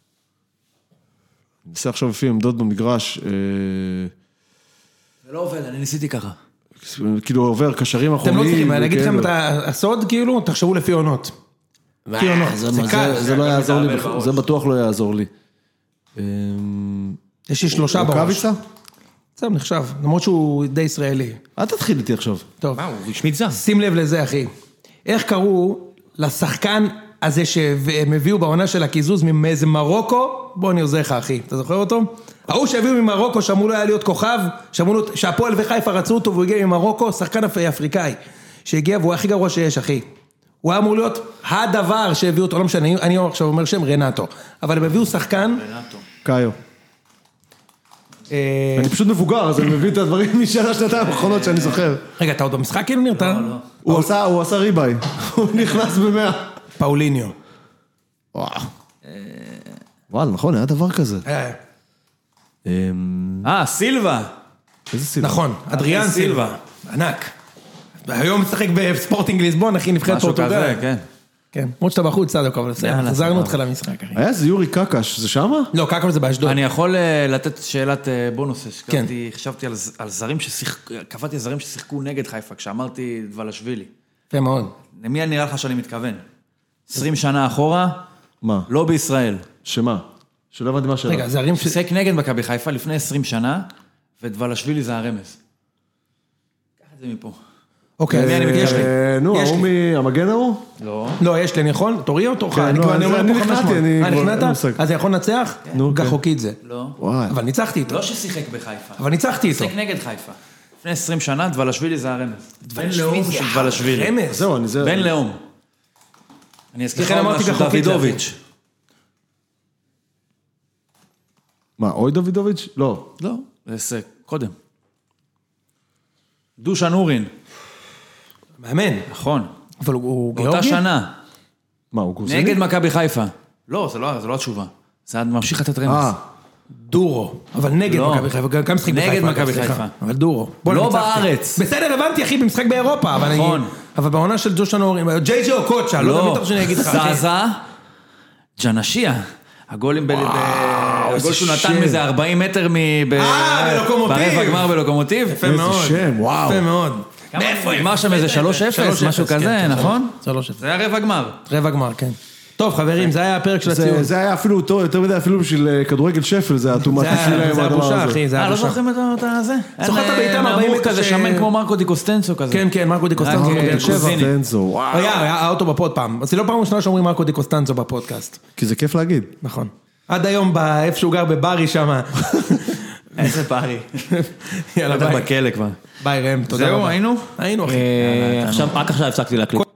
אני אעשה עכשיו לפי עמדות במגרש. זה לא עובד, אני ניסיתי ככה. כאילו עובר קשרים אחרונים. אתם לא צריכים, אני אגיד לכם את הסוד, כאילו, תחשבו לפי עונות. לפי עונות. זה קל. זה לא יעזור לי, זה בטוח לא יעזור לי. יש לי 3 בראש. רוקאביצה? זה נחשב, למרות שהוא די ישראלי. אל תתחיל איתי עכשיו. טוב. וואו, הוא רשמית זר. שים לב לזה, אחי. איך קראו לשחקן הזה שהם הביאו בעונה של הקיזוז מאיזה מרוקו? בוא אני עוזר לך, אחי. אתה זוכר אותו? ההוא שהביאו ממרוקו, שאמרו לו היה להיות כוכב, שאמרו לו שהפועל וחיפה רצו אותו והוא הגיע ממרוקו, שחקן אפריקאי, שהגיע והוא הכי גרוע שיש, אחי. הוא היה אמור להיות הדבר שהביאו אותו, לא משנה, אני עכשיו אומר שם רנטו, אבל הם הביאו שחקן... רנטו. קאיו. אני פשוט מבוגר, אז אני מביא את הדברים משנה שנתיים האחרונות שאני זוכר. רגע, אתה עוד במשחק כאילו נראה? הוא עשה ריבאי, הוא נכנס ב100. פאוליניו. וואל, נכון, היה דבר כזה. סילבה. איזה סילבה? נכון, אדריאן סילבה. ענק. היום משחק בספורטינג ליסבון, אחי, נבחרת פורטוגל. משהו כזה, כן. כן, למרות שאתה בחוץ, צדוק, אבל בסדר, חזרנו אותך למשחק, אחי. היה איזה יורי קקש, זה שמה? לא, קקש זה באשדוד. אני יכול לתת שאלת בונוס, חשבתי על זרים ששיחקו, קבעתי זרים ששיחקו נגד חיפה, כשאמרתי דבלשווילי. יפה מאוד. למי נראה לך שאני מתכוון? 20 שנה אחורה, מה? לא בישראל. שמה? שלא הבנתי מה שאלה. רגע, זרים שיחק נגד מכבי חיפה לפני 20 שנה, ודבלשווילי זה הרמז. קח את זה מפה. אוקיי, יש לי. נו, ההוא המגן ההוא? לא. לא, יש לי, אני יכול? תורי או תורך? אני נכנעתי, נכנעת? אז אני יכול לנצח? גחוקית זה. לא. וואי. אבל ניצחתי איתו. לא ששיחק בחיפה. אבל ניצחתי איתו. שיחק נגד חיפה. לפני 20 שנה, דבלשווילי זה הרמז. בן לאום של דבלשווילי. רמז. זהו, אני זה... בן לאום. אני אזכיר לך לכן אמרתי משהו, גחוקית זה, דוידוביץ'. מה, אוי דוידוביץ'? לא. לא, זה קודם. דושן אורין. מאמן. נכון. אבל הוא גיאורגי? באותה שנה. מה, הוא גרוזיני? נגד מכבי חיפה. לא, זה לא התשובה. זה ממשיך לתת רמז. דורו. אבל נגד לא. מכבי חיפה, גם משחק בחיפה. נגד מכבי סליחה. חיפה. אבל דורו. לא בארץ. בסדר, הבנתי, אחי, במשחק באירופה. נכון. אבל בעונה של דושן אורין, ג'יי ג'ו קוצ'ה, לא יודע בטח שאני אגיד לך. זזה, ג'נשיה. הגול שהוא נתן מזה 40 מטר בלוקומוטיב. ברבע גמר בלוקומוטיב. יפה מאוד. שם, וואו. יפה מאוד. נגמר שם איזה 3-0, משהו כזה, נכון? 3-0. זה היה רבע גמר. רבע גמר, כן. טוב, חברים, זה היה הפרק של הציון. זה היה אפילו יותר מדי, אפילו בשביל כדורגל שפל, זה התאומת בשבילם. זה הבושה, אחי, זה לא הבושה. זוכרים את הזה? זוכרת ביתם 40 נמוך כזה, שמן כמו מרקו די קוסטנצו כזה. כן, כן, מרקו די קוסטנצו בבאר שבע. קוסטנצו, וואו. היה אותו בפוד פעם. אז זה לא פעם ראשונה שאומרים מרקו די קוסטנצו בפודקאסט. כי זה כיף להגיד. נכון. עד היום באיפה שהוא גר בברי שם. איזה פארי. יאללה, ביי. בכלא כבר. ביי, רם, תודה רבה. זהו, היינו? היינו, אחי. רק עכשיו הפסקתי להקליט.